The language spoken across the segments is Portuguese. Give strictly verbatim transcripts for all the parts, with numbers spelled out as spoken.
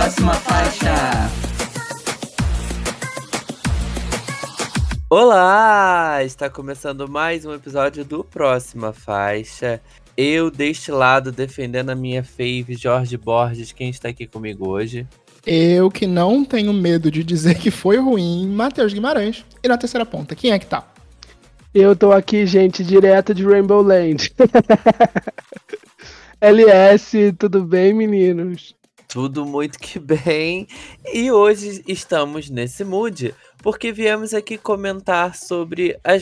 Próxima faixa. Olá! Está começando mais um episódio do Próxima Faixa. Eu, deste lado, defendendo a minha fave, Jorge Borges. Quem está aqui comigo hoje? Eu, que não tenho medo de dizer que foi ruim, Matheus Guimarães. E na terceira ponta, quem é que tá? Eu tô aqui, gente, direto de Rainbow Land. L S, tudo bem, meninos? Tudo muito que bem. E hoje estamos nesse mood porque viemos aqui comentar sobre as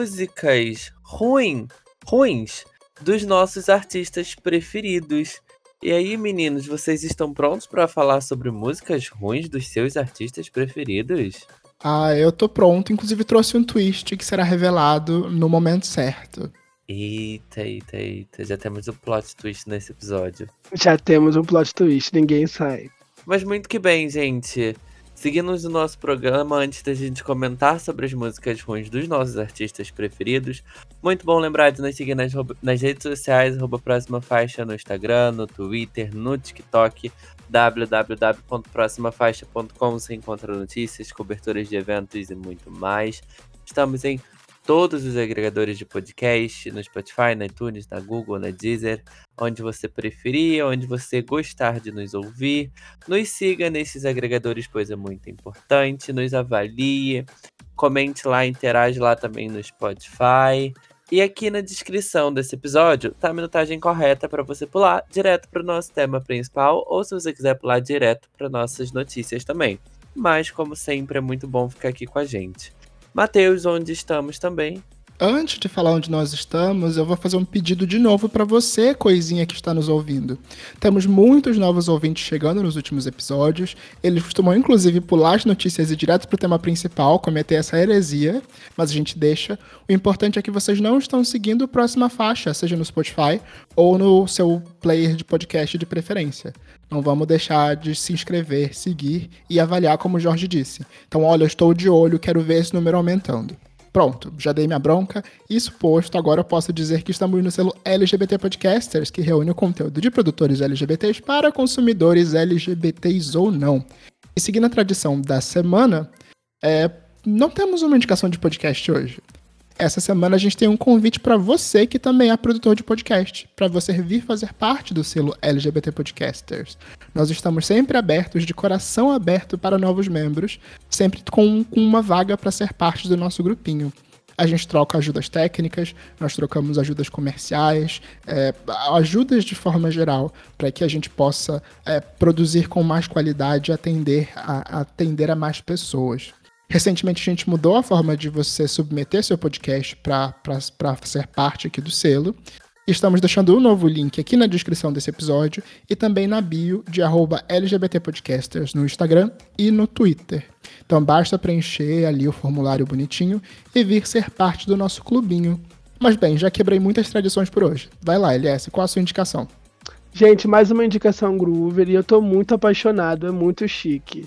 músicas ruim, ruins dos nossos artistas preferidos. E aí, meninos, vocês estão prontos para falar sobre músicas ruins dos seus artistas preferidos? Ah, eu tô pronto. Inclusive trouxe um twist que será revelado no momento certo. Eita, eita, eita. Já temos um plot twist nesse episódio. Já temos um plot twist, ninguém sai. Mas muito que bem, gente. Seguindo o nosso programa, antes da gente comentar sobre as músicas ruins dos nossos artistas preferidos, muito bom lembrar de nos seguir nas, nas redes sociais, arroba Próxima Faixa no Instagram, no Twitter, no TikTok, w w w ponto próxima faixa ponto com. Você encontra notícias, coberturas de eventos e muito mais. Estamos em todos os agregadores de podcast, no Spotify, na iTunes, na Google, na Deezer, onde você preferir, onde você gostar de nos ouvir. Nos siga nesses agregadores, pois é muito importante. Nos avalie, comente lá, interage lá também no Spotify. E aqui na descrição desse episódio tá a minutagem correta para você pular direto para o nosso tema principal, ou se você quiser pular direto para nossas notícias também. Mas, como sempre, é muito bom ficar aqui com a gente. Matheus, onde estamos também? Antes de falar onde nós estamos, eu vou fazer um pedido de novo para você, coisinha que está nos ouvindo. Temos muitos novos ouvintes chegando nos últimos episódios. Eles costumam, inclusive, pular as notícias e ir direto para o tema principal, cometer essa heresia, mas a gente deixa. O importante é que vocês não estão seguindo a Próxima Faixa, seja no Spotify ou no seu player de podcast de preferência. Não vamos deixar de se inscrever, seguir e avaliar, como o Jorge disse. Então, olha, eu estou de olho, quero ver esse número aumentando. Pronto, já dei minha bronca. Isso posto, agora eu posso dizer que estamos no selo L G B T Podcasters, que reúne o conteúdo de produtores L G B Ts para consumidores L G B Ts ou não. E seguindo a tradição da semana, é, não temos uma indicação de podcast hoje. Essa semana a gente tem um convite para você que também é produtor de podcast, para você vir fazer parte do selo L G B T Podcasters. Nós estamos sempre abertos, de coração aberto para novos membros, sempre com, com uma vaga para ser parte do nosso grupinho. A gente troca ajudas técnicas, nós trocamos ajudas comerciais, é, ajudas de forma geral, para que a gente possa é, produzir com mais qualidade e atender a, atender a mais pessoas. Recentemente a gente mudou a forma de você submeter seu podcast para ser parte aqui do selo. Estamos deixando um novo link aqui na descrição desse episódio e também na bio de arroba L G B T Podcasters no Instagram e no Twitter. Então basta preencher ali o formulário bonitinho e vir ser parte do nosso clubinho. Mas bem, já quebrei muitas tradições por hoje. Vai lá, L S, qual a sua indicação? Gente, mais uma indicação groover e eu tô muito apaixonado, é muito chique.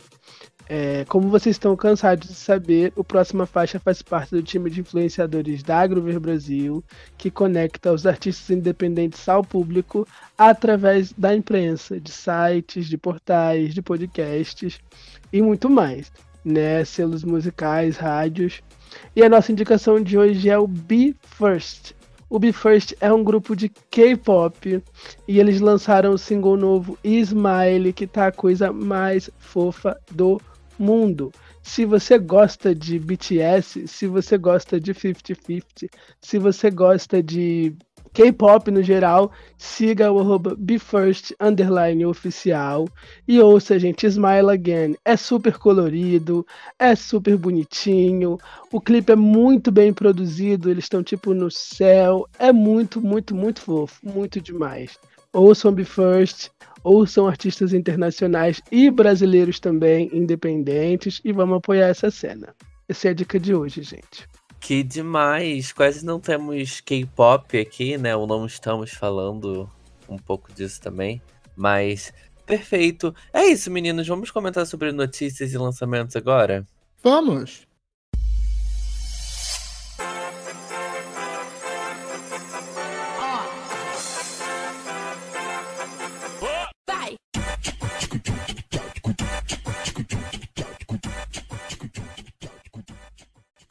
É, como vocês estão cansados de saber, o Próxima Faixa faz parte do time de influenciadores da Groover Brasil, que conecta os artistas independentes ao público através da imprensa, de sites, de portais, de podcasts e muito mais, né? Selos musicais, rádios. E a nossa indicação de hoje é o Be First. O Be First é um grupo de K-pop e eles lançaram o single novo Smile, que tá a coisa mais fofa do mundo. Se você gosta de B T S, se você gosta de cinquenta cinquenta, se você gosta de K-pop no geral, siga o arroba BeFirst underline oficial e ouça, gente, Smile Again. É super colorido, é super bonitinho, o clipe é muito bem produzido, eles estão tipo no céu, é muito, muito, muito fofo, muito demais. Ouçam BeFirst, ouçam artistas internacionais e brasileiros também, independentes, e vamos apoiar essa cena. Essa é a dica de hoje, gente. Que demais! Quase não temos K-pop aqui, né? Ou não estamos falando um pouco disso também. Mas, perfeito. É isso, meninos. Vamos comentar sobre notícias e lançamentos agora? Vamos!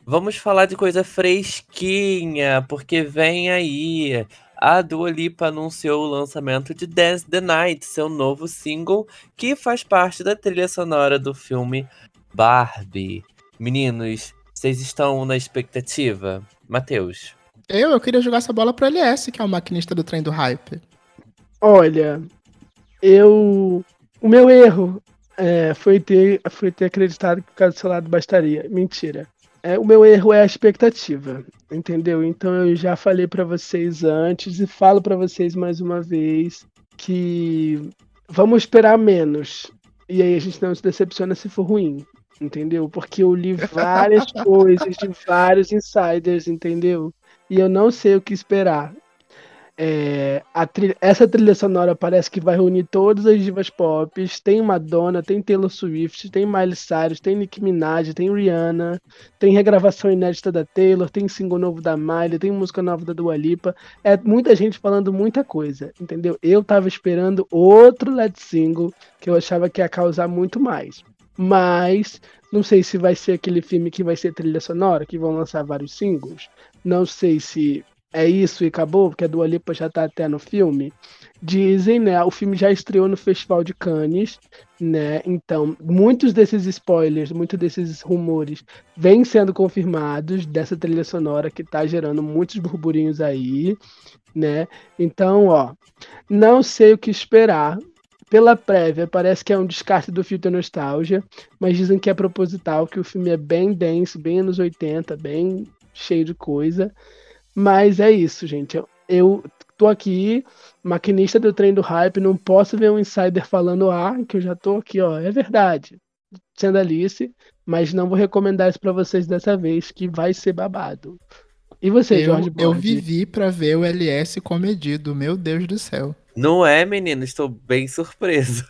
Vamos falar de coisa fresquinha, porque vem aí. A Dua Lipa anunciou o lançamento de Dance the Night, seu novo single, que faz parte da trilha sonora do filme Barbie. Meninos, vocês estão na expectativa? Matheus. Eu, eu queria jogar essa bola pro L S, que é o maquinista do trem do hype. Olha, eu. O meu erro é, foi, ter, foi ter acreditado que por causa do seu lado bastaria. Mentira. É, o meu erro é a expectativa, entendeu? Então eu já falei pra vocês antes e falo pra vocês mais uma vez que vamos esperar menos. E aí a gente não se decepciona se for ruim, entendeu? Porque eu li várias coisas de vários insiders, entendeu? E eu não sei o que esperar. É, a trilha- essa trilha sonora parece que vai reunir todas as divas pop. Tem Madonna, tem Taylor Swift, tem Miley Cyrus, tem Nicki Minaj, tem Rihanna, tem regravação inédita da Taylor, tem single novo da Miley, tem música nova da Dua Lipa. É muita gente falando muita coisa, entendeu? Eu tava esperando outro lead single que eu achava que ia causar muito mais. Mas não sei se vai ser aquele filme que vai ser trilha sonora, que vão lançar vários singles. Não sei se é isso e acabou, porque a Dua Lipa já tá até no filme. Dizem, né? O filme já estreou no Festival de Cannes, né? Então, muitos desses spoilers, muitos desses rumores vêm sendo confirmados dessa trilha sonora que tá gerando muitos burburinhos aí, né? Então, ó, não sei o que esperar. Pela prévia, parece que é um descarte do filtro nostalgia, mas dizem que é proposital, que o filme é bem denso, bem anos oitenta, bem cheio de coisa. Mas é isso, gente. Eu, eu tô aqui, maquinista do trem do hype, não posso ver um insider falando ah, que eu já tô aqui, ó. É verdade, sendo Alice, mas não vou recomendar isso pra vocês dessa vez, que vai ser babado. E você, Jorge Eu, eu Bode? vivi pra ver o L S comedido, meu Deus do céu. Não é, menino? Estou bem surpreso.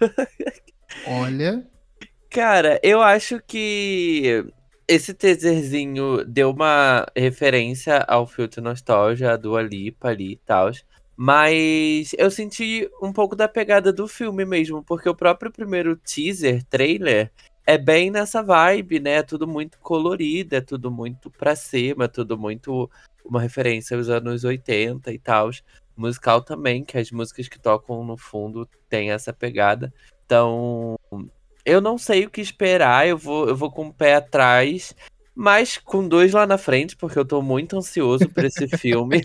Olha, Cara, eu acho que esse teaserzinho deu uma referência ao filtro nostalgia, do Dua Lipa ali e tal. Mas eu senti um pouco da pegada do filme mesmo, porque o próprio primeiro teaser, trailer, é bem nessa vibe, né? É tudo muito colorido, é tudo muito pra cima, é tudo muito uma referência aos anos oitenta e tal. Musical também, que as músicas que tocam no fundo têm essa pegada. Então, eu não sei o que esperar, eu vou, eu vou com o pé atrás, mas com dois lá na frente, porque eu tô muito ansioso por esse filme.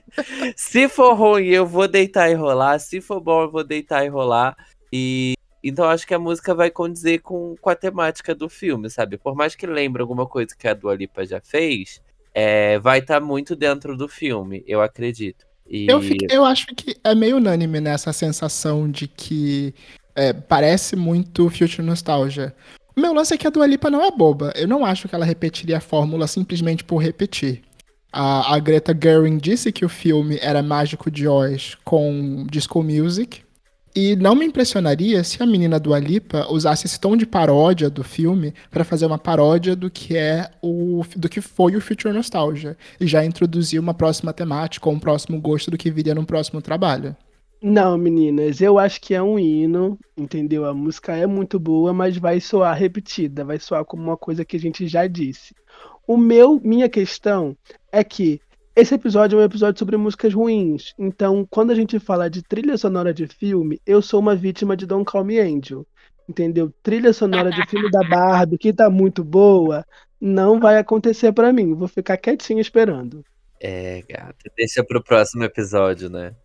Se for ruim, eu vou deitar e rolar. Se for bom, eu vou deitar e rolar. E então acho que a música vai condizer com, com a temática do filme, sabe? Por mais que lembre alguma coisa que a Dua Lipa já fez, é, vai estar muito dentro do filme, eu acredito. eu, E fiquei, eu acho que é meio unânime nessa sensação de que é, parece muito Future Nostalgia. O meu lance é que a Dua Lipa não é boba. Eu não acho que ela repetiria a fórmula simplesmente por repetir. A, a Greta Gerwig disse que o filme era Mágico de Oz com disco music. E não me impressionaria se a menina Dua Lipa usasse esse tom de paródia do filme para fazer uma paródia do que é o do que foi o Future Nostalgia e já introduzir uma próxima temática ou um próximo gosto do que viria num próximo trabalho. Não, meninas, eu acho que é um hino, entendeu? A música é muito boa, mas vai soar repetida, vai soar como uma coisa que a gente já disse. O meu, minha questão é que esse episódio é um episódio sobre músicas ruins. Então, quando a gente fala de trilha sonora de filme, eu sou uma vítima de Don't Call Me Angel. Entendeu? Trilha sonora de filme da Barbie que tá muito boa, não vai acontecer pra mim. Vou ficar quietinho esperando. é, gata, deixa pro próximo episódio, né?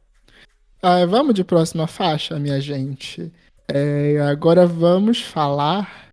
Ah, vamos de próxima faixa, minha gente. É, agora vamos falar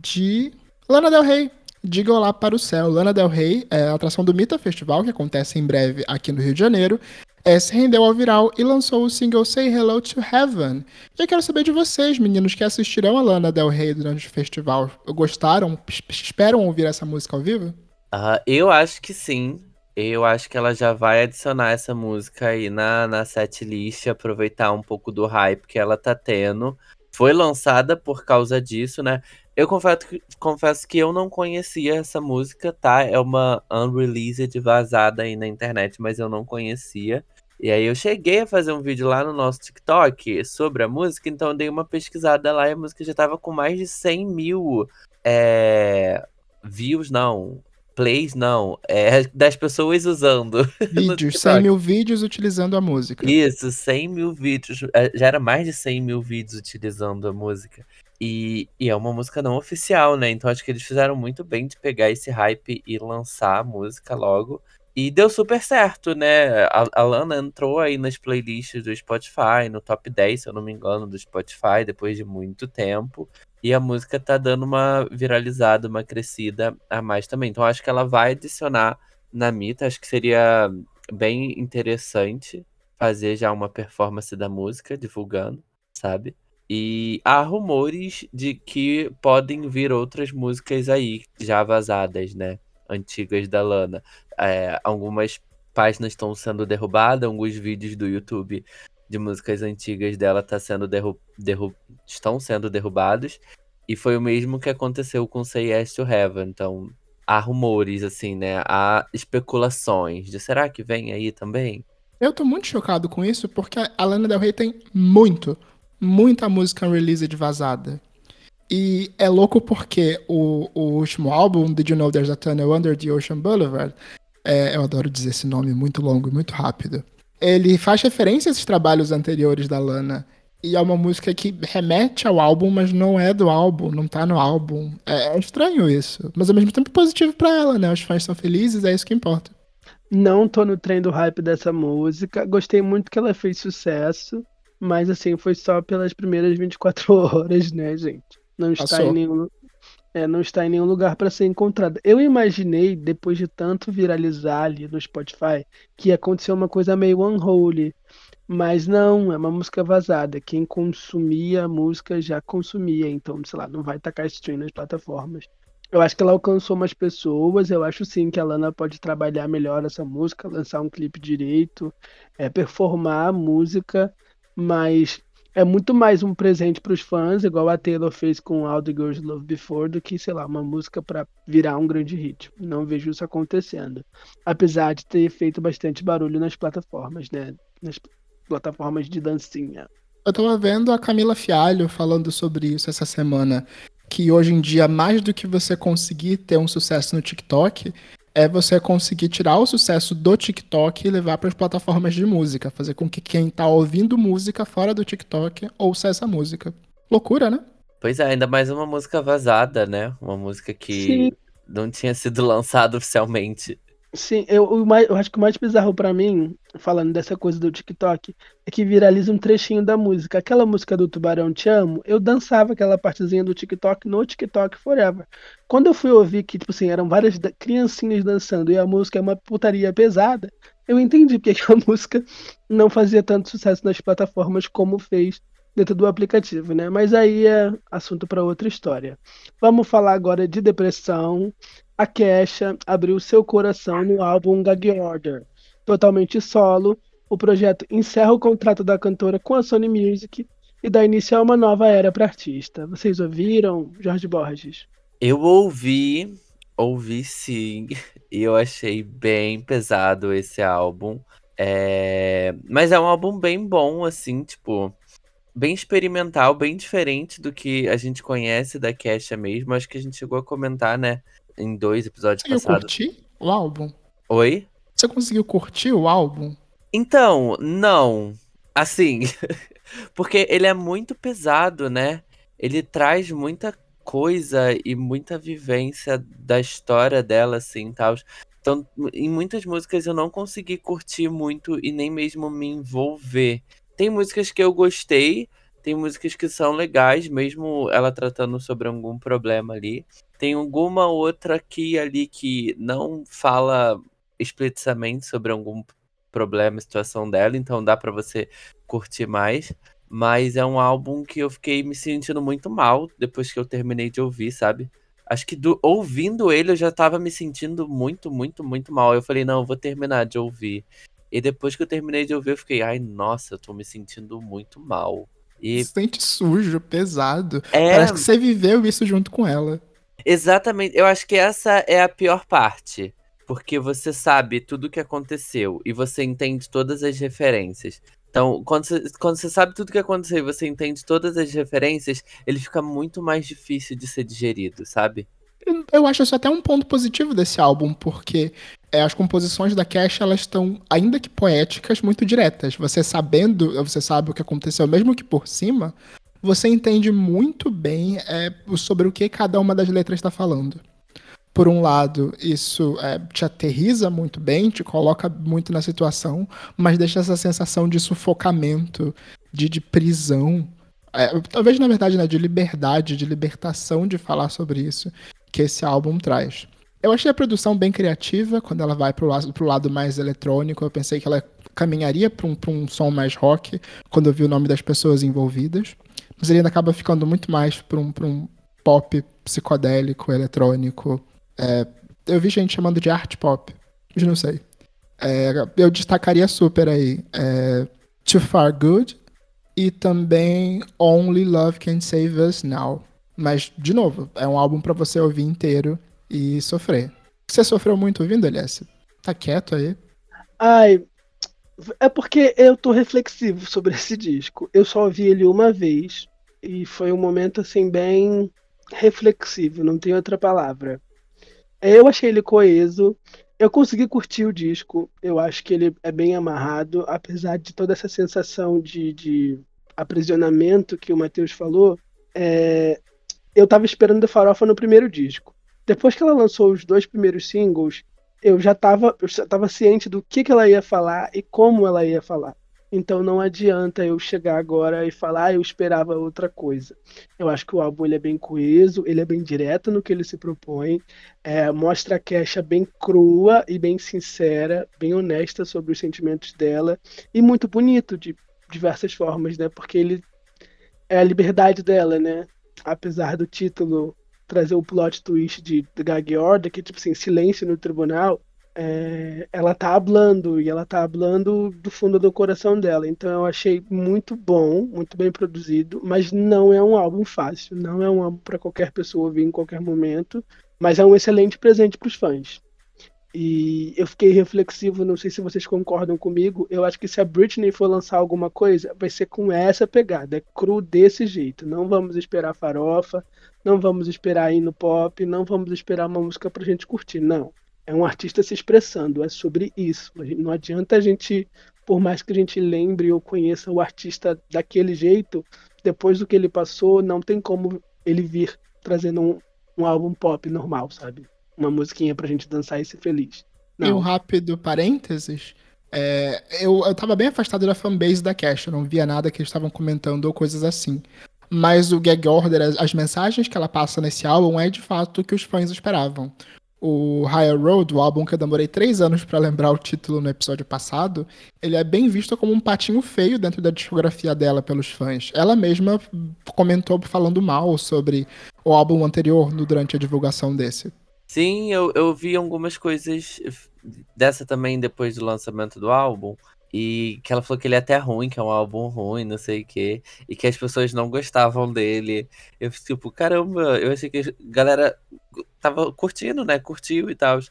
de Lana Del Rey. Diga olá para o céu. Lana Del Rey é a atração do Mita Festival, que acontece em breve aqui no Rio de Janeiro. É, se rendeu ao viral e lançou o single Say Hello to Heaven. Já quero saber de vocês, meninos, que assistirão a Lana Del Rey durante o festival. Gostaram? P- Esperam ouvir essa música ao vivo? Ah, eu acho que sim. Eu acho que ela já vai adicionar essa música aí na, na setlist, aproveitar um pouco do hype que ela tá tendo. Foi lançada por causa disso, né? Eu confesso que, confesso que eu não conhecia essa música, tá? É uma unreleased vazada aí na internet, mas eu não conhecia. E aí eu cheguei a fazer um vídeo lá no nosso TikTok sobre a música, então eu dei uma pesquisada lá e a música já tava com mais de cem mil é, views, não plays, não, é das pessoas usando no Vídeos, cem TikTok. mil vídeos utilizando a música. Isso, cem mil vídeos. é, Já era mais de cem mil vídeos utilizando a música. E, e é uma música não oficial, né? Então acho que eles fizeram muito bem de pegar esse hype e lançar a música logo. E deu super certo, né? A, a Lana entrou aí nas playlists do Spotify, no top dez, se eu não me engano, do Spotify, depois de muito tempo. E a música tá dando uma viralizada, uma crescida a mais também. Então acho que ela vai adicionar na Mita. Acho que seria bem interessante fazer já uma performance da música, divulgando, sabe? E há rumores de que podem vir outras músicas aí, já vazadas, né? Antigas da Lana. É, algumas páginas estão sendo derrubadas, alguns vídeos do YouTube de músicas antigas dela tá sendo derru derru estão sendo derrubados. E foi o mesmo que aconteceu com Say Yes to Heaven. Então, há rumores, assim, né? Há especulações de será que vem aí também? Eu tô muito chocado com isso porque a Lana Del Rey tem muito, muita música released vazada. E é louco porque o, o último álbum, Did You Know There's a Tunnel Under the Ocean Boulevard, é, eu adoro dizer esse nome muito longo e muito rápido, ele faz referência a esses trabalhos anteriores da Lana. E é uma música que remete ao álbum, mas não é do álbum, não tá no álbum. É, é estranho isso. Mas ao mesmo tempo positivo pra ela, né? Os fãs são felizes, é isso que importa. Não tô no trem do hype dessa música. Gostei muito que ela fez sucesso, mas assim, foi só pelas primeiras vinte e quatro horas, né, gente? Não está em Passou. nenhum, é, não está em nenhum lugar para ser encontrada. Eu imaginei, depois de tanto viralizar ali no Spotify, que ia acontecer uma coisa meio unholy. Mas não, é uma música vazada. Quem consumia a música já consumia, então, sei lá, não vai tacar stream nas plataformas. Eu acho que ela alcançou mais pessoas. Eu acho sim que a Lana pode trabalhar melhor essa música, lançar um clipe direito, é, performar a música, mas é muito mais um presente para os fãs, igual a Taylor fez com All the Girls Love Before, do que, sei lá, uma música para virar um grande hit. Não vejo isso acontecendo. Apesar de ter feito bastante barulho nas plataformas, né? Nas plataformas de dancinha. Eu tava vendo a Camila Fialho falando sobre isso essa semana, que hoje em dia, mais do que você conseguir ter um sucesso no TikTok, é você conseguir tirar o sucesso do TikTok e levar para as plataformas de música, fazer com que quem tá ouvindo música fora do TikTok ouça essa música. Loucura, né? Pois é, ainda mais uma música vazada, né? Uma música Sim, que não tinha sido lançada oficialmente. sim, eu, o mais- eu acho que o mais bizarro pra mim, falando dessa coisa do TikTok, é que viraliza um trechinho da música. Aquela música do Tubarão Te Amo, eu dançava aquela partezinha do TikTok no TikTok Forever. Quando eu fui ouvir que, tipo assim, eram várias da- criancinhas dançando e a música é uma putaria pesada, eu entendi porque que a música não fazia tanto sucesso nas plataformas como fez dentro do aplicativo, né? Mas aí é assunto para outra história. Vamos falar agora de depressão. A Kesha abriu seu coração no álbum Gag Order. Totalmente solo, o projeto encerra o contrato da cantora com a Sony Music e dá início a uma nova era para a artista. Vocês ouviram, Jorge Borges? Eu ouvi, ouvi sim, e eu achei bem pesado esse álbum. É... Mas é um álbum bem bom, assim, tipo, bem experimental, bem diferente do que a gente conhece da Kesha mesmo. Acho que a gente chegou a comentar, né, em dois episódios Conseguiu passados. curtir o álbum? Oi? Você conseguiu curtir o álbum? Então, não. Assim, porque ele é muito pesado, né? Ele traz muita coisa e muita vivência da história dela, assim, tal. Então, em muitas músicas eu não consegui curtir muito e nem mesmo me envolver. Tem músicas que eu gostei, tem músicas que são legais, mesmo ela tratando sobre algum problema ali. Tem alguma outra aqui e ali que não fala explicitamente sobre algum problema, situação dela, então dá pra você curtir mais. Mas é um álbum que eu fiquei me sentindo muito mal depois que eu terminei de ouvir, sabe? Acho que do- ouvindo ele eu já tava me sentindo muito, muito, muito mal. Eu falei, não, eu vou terminar de ouvir. E depois que eu terminei de ouvir, eu fiquei, ai, nossa, eu tô me sentindo muito mal. Se E sente sujo, pesado. é, Parece que você viveu isso junto com ela. exatamente, eu acho que essa é a pior parte. Porque você sabe tudo o que aconteceu e você entende todas as referências. Então, quando você, quando você sabe tudo o que aconteceu e você entende todas as referências, ele fica muito mais difícil de ser digerido, sabe? Eu acho isso até um ponto positivo desse álbum, porque é, as composições da Cash, elas estão, ainda que poéticas, muito diretas. Você sabendo, você sabe o que aconteceu, mesmo que por cima, você entende muito bem é, sobre o que cada uma das letras está falando. Por um lado, isso é, te aterriza muito bem, te coloca muito na situação, mas deixa essa sensação de sufocamento, de, de prisão. É, talvez, na verdade, né, de liberdade, de libertação de falar sobre isso, que esse álbum traz. Eu achei a produção bem criativa, quando ela vai pro lado, pro lado mais eletrônico. Eu pensei que ela caminharia para um, pra um som mais rock, quando eu vi o nome das pessoas envolvidas. Mas ele ainda acaba ficando muito mais para um, pra um pop psicodélico, eletrônico. É, eu vi gente chamando de art pop, mas não sei. É, eu destacaria super aí é, Too Far Good e também Only Love Can Save Us Now. Mas, de novo, é um álbum pra você ouvir inteiro e sofrer. Você sofreu muito ouvindo, Elias? Tá quieto aí? Ai, é porque eu tô reflexivo sobre esse disco. Eu só ouvi ele uma vez e foi um momento assim bem reflexivo, não tem outra palavra. Eu achei ele coeso, eu consegui curtir o disco, eu acho que ele é bem amarrado, apesar de toda essa sensação de, de aprisionamento que o Matheus falou. é, eu tava esperando a Farofa no primeiro disco. Depois que ela lançou os dois primeiros singles, eu já tava, eu já tava ciente do que, que ela ia falar e como ela ia falar. Então não adianta eu chegar agora e falar, ah, eu esperava outra coisa. Eu acho que o álbum ele é bem coeso, ele é bem direto no que ele se propõe, é, mostra a Kesha bem crua e bem sincera, bem honesta sobre os sentimentos dela, e muito bonito de diversas formas, né? Porque ele é a liberdade dela, né? Apesar do título trazer o plot twist de The Gag Order, que tipo assim, silêncio no tribunal, é, ela tá hablando, e ela tá hablando do fundo do coração dela. Então eu achei muito bom, muito bem produzido, mas não é um álbum fácil, não é um álbum para qualquer pessoa ouvir em qualquer momento, mas é um excelente presente para os fãs. E eu fiquei reflexivo, não sei se vocês concordam comigo. Eu acho que se a Britney for lançar alguma coisa, vai ser com essa pegada, é cru desse jeito. Não vamos esperar farofa, não vamos esperar ir no pop, não vamos esperar uma música pra gente curtir. Não. É um artista se expressando, é sobre isso. Não adianta a gente, por mais que a gente lembre ou conheça o artista daquele jeito, depois do que ele passou, não tem como ele vir trazendo um, um álbum pop normal, sabe? Uma musiquinha pra gente dançar e ser feliz. E um Não. rápido parênteses. É, eu, eu tava bem afastado da fanbase da Cash, eu não via nada que eles estavam comentando ou coisas assim. Mas o Gag Order, as, as mensagens que ela passa nesse álbum é de fato o que os fãs esperavam. O Higher Road, o álbum que eu demorei três anos pra lembrar o título no episódio passado, ele é bem visto como um patinho feio dentro da discografia dela pelos fãs. Ela mesma comentou falando mal sobre o álbum anterior no- durante a divulgação desse. Sim, eu, eu vi algumas coisas dessa também depois do lançamento do álbum. E que ela falou que ele é até ruim, que é um álbum ruim, não sei o quê. E que as pessoas não gostavam dele. Eu fiquei tipo, caramba, eu achei que a galera tava curtindo, né? Curtiu e tal.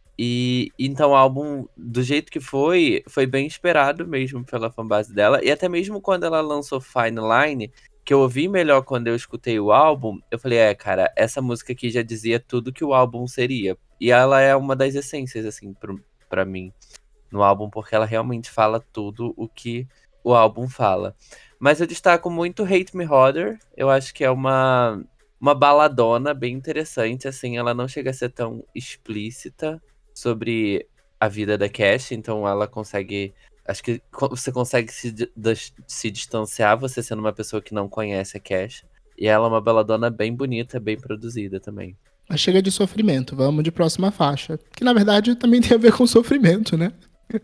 E então o álbum, do jeito que foi, foi bem esperado mesmo pela fanbase dela. E até mesmo quando ela lançou Fine Line, que eu ouvi melhor quando eu escutei o álbum, eu falei, é, cara, essa música aqui já dizia tudo que o álbum seria. E ela é uma das essências, assim, pro, pra mim, no álbum, porque ela realmente fala tudo o que o álbum fala. Mas eu destaco muito Hate Me Harder, eu acho que é uma, uma baladona bem interessante, assim, ela não chega a ser tão explícita sobre a vida da Cash, então ela consegue. Acho que co- você consegue se, di- das- se distanciar, você sendo uma pessoa que não conhece a Cash. E ela é uma baladona bem bonita, bem produzida também. Mas chega de sofrimento, vamos de próxima faixa. Que na verdade também tem a ver com sofrimento, né?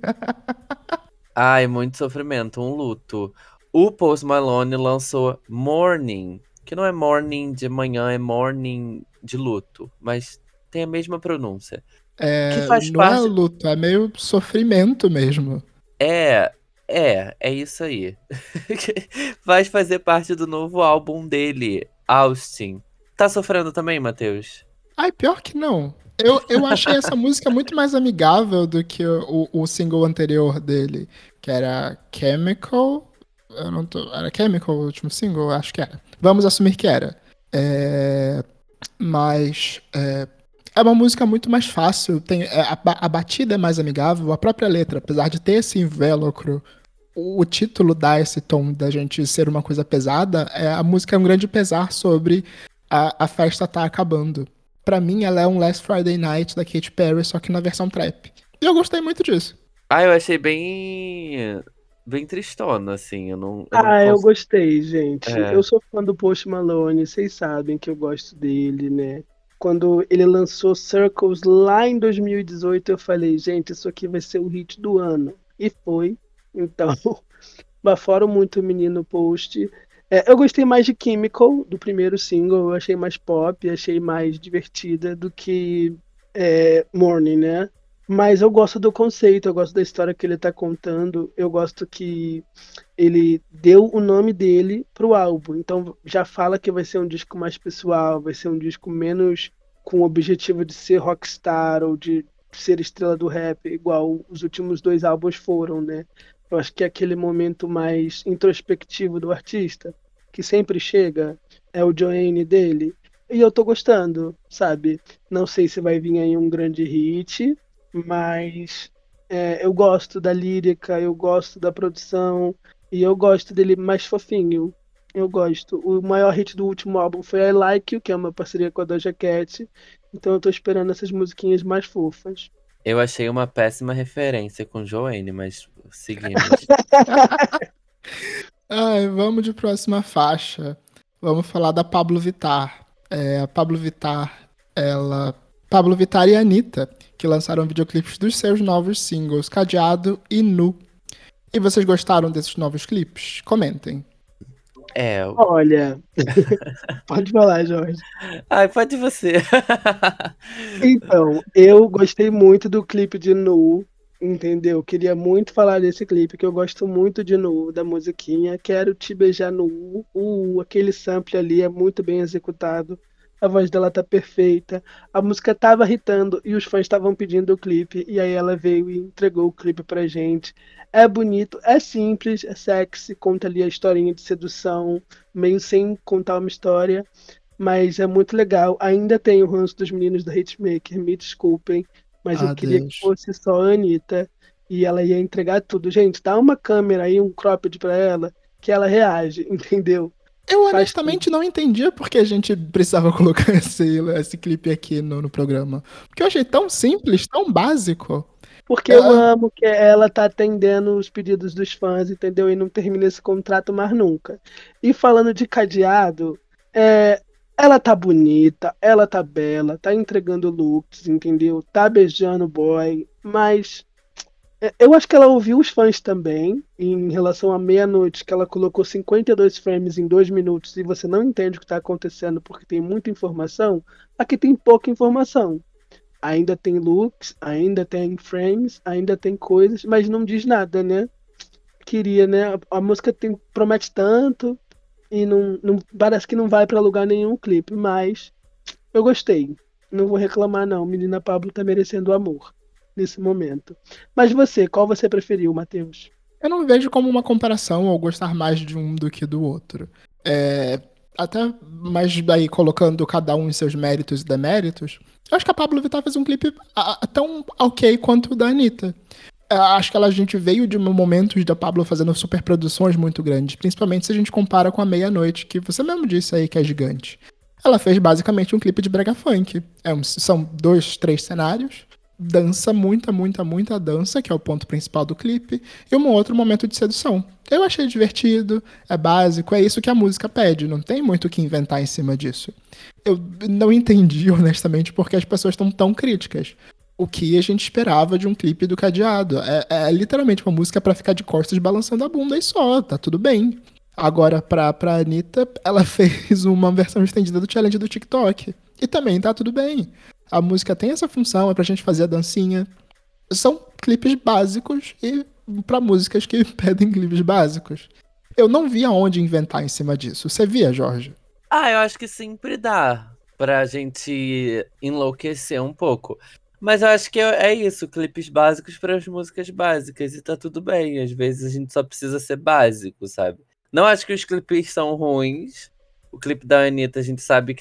Ai, muito sofrimento, um luto. O Post Malone lançou Morning, que não é morning de manhã, é morning de luto, mas tem a mesma pronúncia. Que É, faz não é parte. luto, é meio sofrimento mesmo. É, é, é isso aí. Vai fazer parte do novo álbum dele, Austin. Tá sofrendo também, Matheus? Ai, pior que não. Eu, eu achei essa música muito mais amigável do que o, o single anterior dele, que era Chemical. Eu não tô. Era Chemical o último single? Acho que era. Vamos assumir que era. É, mas é, é uma música muito mais fácil, tem, é, a, ba- a batida é mais amigável, a própria letra, apesar de ter esse invólucro, o, o título dá esse tom da gente ser uma coisa pesada, é, a música é um grande pesar sobre a, a festa tá acabando. Pra mim, ela é um Last Friday Night da Katy Perry, só que na versão trap. E eu gostei muito disso. Ah, eu achei bem. Bem tristona, assim. Eu não, eu não Ah, eu consigo. gostei, gente. É. Eu sou fã do Post Malone, vocês sabem que eu gosto dele, né? Quando ele lançou Circles lá em dois mil e dezoito, eu falei, gente, isso aqui vai ser o hit do ano. E foi. Então, baforo muito o menino Post. É, eu gostei mais de Chemical, do primeiro single. Eu achei mais pop, achei mais divertida do que é, Morning, né? Mas eu gosto do conceito, eu gosto da história que ele tá contando. Eu gosto que ele deu o nome dele pro álbum. Então já fala que vai ser um disco mais pessoal, vai ser um disco menos com o objetivo de ser rockstar ou de ser estrela do rap, igual os últimos dois álbuns foram, né? Eu acho que é aquele momento mais introspectivo do artista, que sempre chega, é o Joanne dele. E eu tô gostando, sabe? Não sei se vai vir aí um grande hit, mas é, eu gosto da lírica, eu gosto da produção, e eu gosto dele mais fofinho. Eu gosto. O maior hit do último álbum foi I Like You, que é uma parceria com a Doja Cat. Então eu tô esperando essas musiquinhas mais fofas. Eu achei uma péssima referência com Joanne, mas seguimos. Ai, vamos de próxima faixa. Vamos falar da Pablo Vittar. É, a Pablo Vittar, ela. Pablo Vittar e Anitta, que lançaram videoclipes dos seus novos singles, Cadeado e Nu. E vocês gostaram desses novos clipes? Comentem. É. eu- Olha, pode falar, Jorge. Ai, pode você. Então, eu gostei muito do clipe de Nu, entendeu? Queria muito falar desse clipe, que eu gosto muito de Nu, da musiquinha. Quero te beijar nu. Uh, aquele sample ali é muito bem executado. A voz dela tá perfeita. A música tava hitando e os fãs estavam pedindo o clipe. E aí ela veio e entregou o clipe pra gente. É bonito, é simples, é sexy, conta ali a historinha de sedução, meio sem contar uma história. Mas é muito legal. Ainda tem o ranço dos meninos da Hitmaker, me desculpem, mas eu queria que Adeus. fosse só a Anitta e ela ia entregar tudo. Gente, dá uma câmera aí, um cropped pra ela, que ela reage, entendeu? Eu Faz tudo. honestamente não entendia porque a gente precisava colocar esse, esse clipe aqui no, no programa. Porque eu achei tão simples, tão básico. Porque É, eu amo que ela tá atendendo os pedidos dos fãs, entendeu? E não termina esse contrato mais nunca. E falando de cadeado, é, ela tá bonita, ela tá bela, tá entregando looks, entendeu? Tá beijando o boy, mas é, eu acho que ela ouviu os fãs também, em relação à meia-noite, que ela colocou cinquenta e dois frames em dois minutos e você não entende o que está acontecendo porque tem muita informação. Aqui tem pouca informação. Ainda tem looks, ainda tem frames, ainda tem coisas, mas não diz nada, né? Queria, né? A, a música tem, promete tanto e não, não parece que não vai para lugar nenhum o clipe, mas eu gostei. Não vou reclamar, não. Menina Pablo tá merecendo amor nesse momento. Mas você, qual você preferiu, Matheus? eu não vejo como uma comparação ou gostar mais de um do que do outro. É, até mais daí colocando cada um em seus méritos e deméritos, eu acho que a Pablo Vittar fez um clipe a- a- tão ok quanto o da Anitta. É, acho que ela, a gente veio de momentos da Pablo fazendo superproduções muito grandes, principalmente se a gente compara com a Meia-Noite, que você mesmo disse aí que é gigante. Ela fez basicamente um clipe de brega funk. É um- são dois, três cenários, dança, muita, muita, muita dança, que é o ponto principal do clipe, e um outro momento de sedução. Eu achei divertido, é básico, é isso que a música pede, não tem muito o que inventar em cima disso. Eu não entendi, honestamente, porque as pessoas estão tão críticas. O que a gente esperava de um clipe do Cadeado. É, é literalmente uma música pra ficar de costas balançando a bunda e só, tá tudo bem. Agora, pra, pra Anitta, ela fez uma versão estendida do challenge do TikTok. E também tá tudo bem. A música tem essa função, é pra gente fazer a dancinha. São clipes básicos e pra músicas que pedem clipes básicos. Eu não vi aonde inventar em cima disso. Você via, Jorge? Ah, eu acho que sempre dá pra gente enlouquecer um pouco. Mas eu acho que é é isso, clipes básicos para as músicas básicas e tá tudo bem. Às vezes a gente só precisa ser básico, sabe? Não acho que os clipes são ruins. O clipe da Anitta, a gente sabe que ela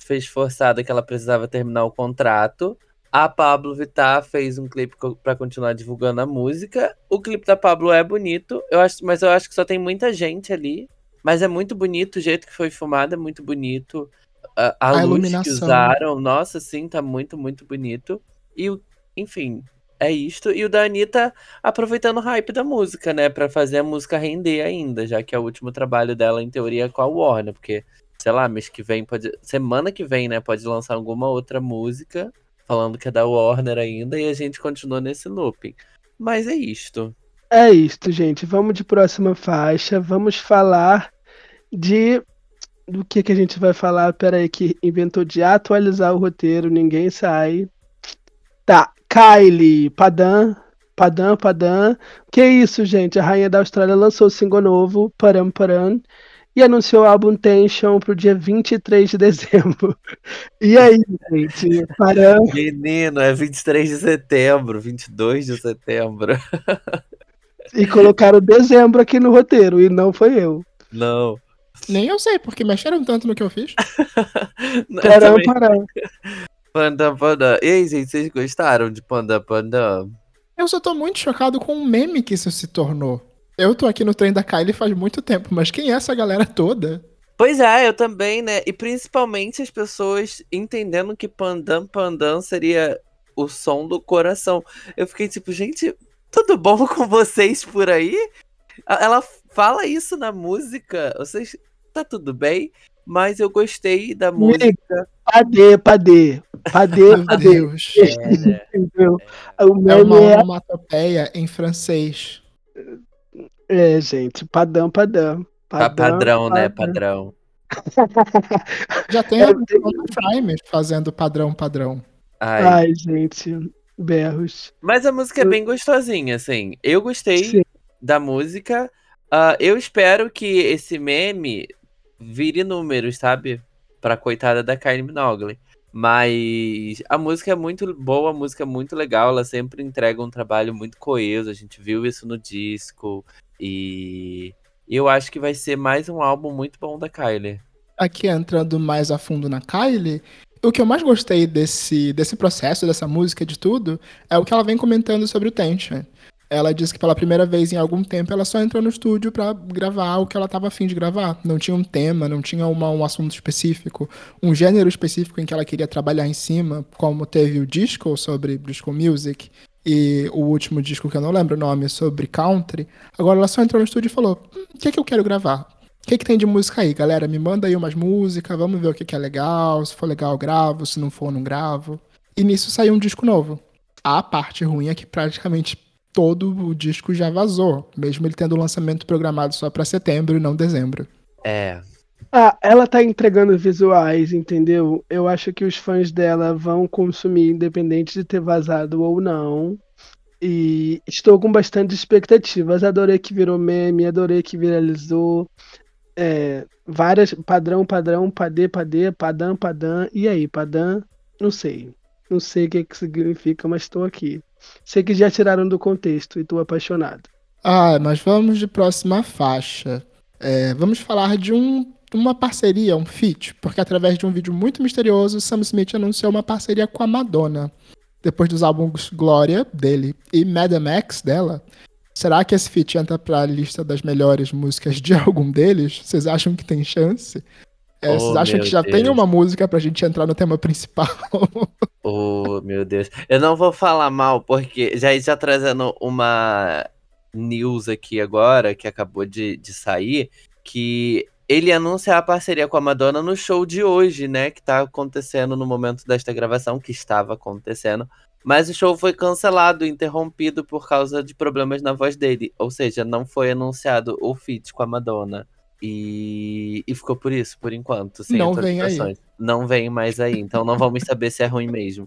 fez forçada que ela precisava terminar o contrato. A Pabllo Vittar fez um clipe co- pra continuar divulgando a música. O clipe da Pabllo é bonito, eu acho, mas eu acho que só tem muita gente ali. Mas é muito bonito, o jeito que foi filmado é muito bonito. A, a A luz que iluminação. usaram, nossa, sim, tá muito, muito bonito. E, o- enfim, é isto. E o da Anitta aproveitando o hype da música, né? Pra fazer a música render ainda, já que é o último trabalho dela, em teoria, com a Warner. Porque, sei lá, mês que vem pode. Semana que vem, né? Pode lançar alguma outra música falando que é da Warner ainda e a gente continua nesse looping. Mas é isto. É isto, gente. Vamos de próxima faixa. Vamos falar de. Do que que a gente vai falar? Pera aí, que inventou de atualizar o roteiro, ninguém sai. Tá, Kylie, Padam, Padam, Padam. Que isso, gente? A rainha da Austrália lançou o single novo, Param Param, e anunciou o álbum Tension pro dia vinte e três de dezembro. E aí, gente? Param. Menino, é vinte e três de setembro, vinte e dois de setembro. E colocaram dezembro aqui no roteiro, e não foi eu. Não. Nem eu sei, porque mexeram tanto no que eu fiz. Não, eu Param, também. Param. Panda, panda. E aí, gente, vocês gostaram de Panda, panda? Eu só tô muito chocado com o meme que isso se tornou. Eu tô aqui no trem da Kylie faz muito tempo, mas quem é essa galera toda? Pois é, eu também, né? E principalmente as pessoas entendendo que Pandam Pandam seria o som do coração. Eu fiquei tipo, gente, tudo bom com vocês por aí? A- Ela fala isso na música. Vocês, tá tudo bem? Mas eu gostei da Amigo, música. Padê, Padê. Padê, Meu Padê. Deus. É, Entendeu? é, O É uma meme é, onomatopeia em francês. é, gente, Padam, Padam. pa- Padam, padrão, né? Padam. Padrão. Já tem É, a Shonda Rhimes fazendo padrão padrão. Ai. ai, gente, berros. Mas a música é bem gostosinha, assim. Eu gostei Sim. da música. Ah, eu espero que esse meme vire números, sabe? Pra coitada da Kylie Minogue. Mas a música é muito boa, a música é muito legal. Ela sempre entrega um trabalho muito coeso. A gente viu isso no disco. E eu acho que vai ser mais um álbum muito bom da Kylie. Aqui entrando mais a fundo na Kylie, o que eu mais gostei desse, desse processo, dessa música, de tudo, é o que ela vem comentando sobre o Tension. Ela disse que pela primeira vez em algum tempo ela só entrou no estúdio pra gravar o que ela tava afim de gravar. Não tinha um tema, não tinha uma- um assunto específico, um gênero específico em que ela queria trabalhar em cima, como teve o disco sobre disco music e o último disco que eu não lembro o nome sobre country. Agora ela só entrou no estúdio e falou: "Hum, o que é que eu quero gravar? O que, é que tem de música aí, galera? Me manda aí umas músicas, vamos ver o que, que é legal. Se for legal, eu gravo. Se não for, eu não gravo." E nisso saiu um disco novo. A parte ruim é que praticamente todo o disco já vazou, mesmo ele tendo o lançamento programado só pra setembro e não dezembro. É. Ah, ela tá entregando visuais, entendeu? Eu acho que os fãs dela vão consumir, independente de ter vazado ou não. E estou com bastante expectativas. Adorei que virou meme, adorei que viralizou. É, várias, padrão, padrão, padê, padê, padam, padam. E aí, padam? Não sei. Não sei o que, que significa, mas estou aqui. Sei que já tiraram do contexto e estou apaixonado. Ah, mas vamos de próxima faixa. É, vamos falar de um, uma parceria, um feat, porque através de um vídeo muito misterioso, Sam Smith anunciou uma parceria com a Madonna. Depois dos álbuns Glória, dele, e Madam X, dela, será que esse feat entra pra lista das melhores músicas de algum deles? Vocês acham que tem chance? É, Oh, vocês acham meu que já tem Deus. uma música pra gente entrar no tema principal? Oh, meu Deus. Eu não vou falar mal, porque já já trazendo uma news aqui agora, que acabou de, de sair, que ele anuncia a parceria com a Madonna no show de hoje, né? Que tá acontecendo no momento desta gravação, que estava acontecendo. Mas o show foi cancelado, interrompido por causa de problemas na voz dele. Ou seja, não foi anunciado o feat com a Madonna. E, e ficou por isso, por enquanto, sem Não vem aí. atualizações. Não vem mais aí, então não vamos saber se é ruim mesmo.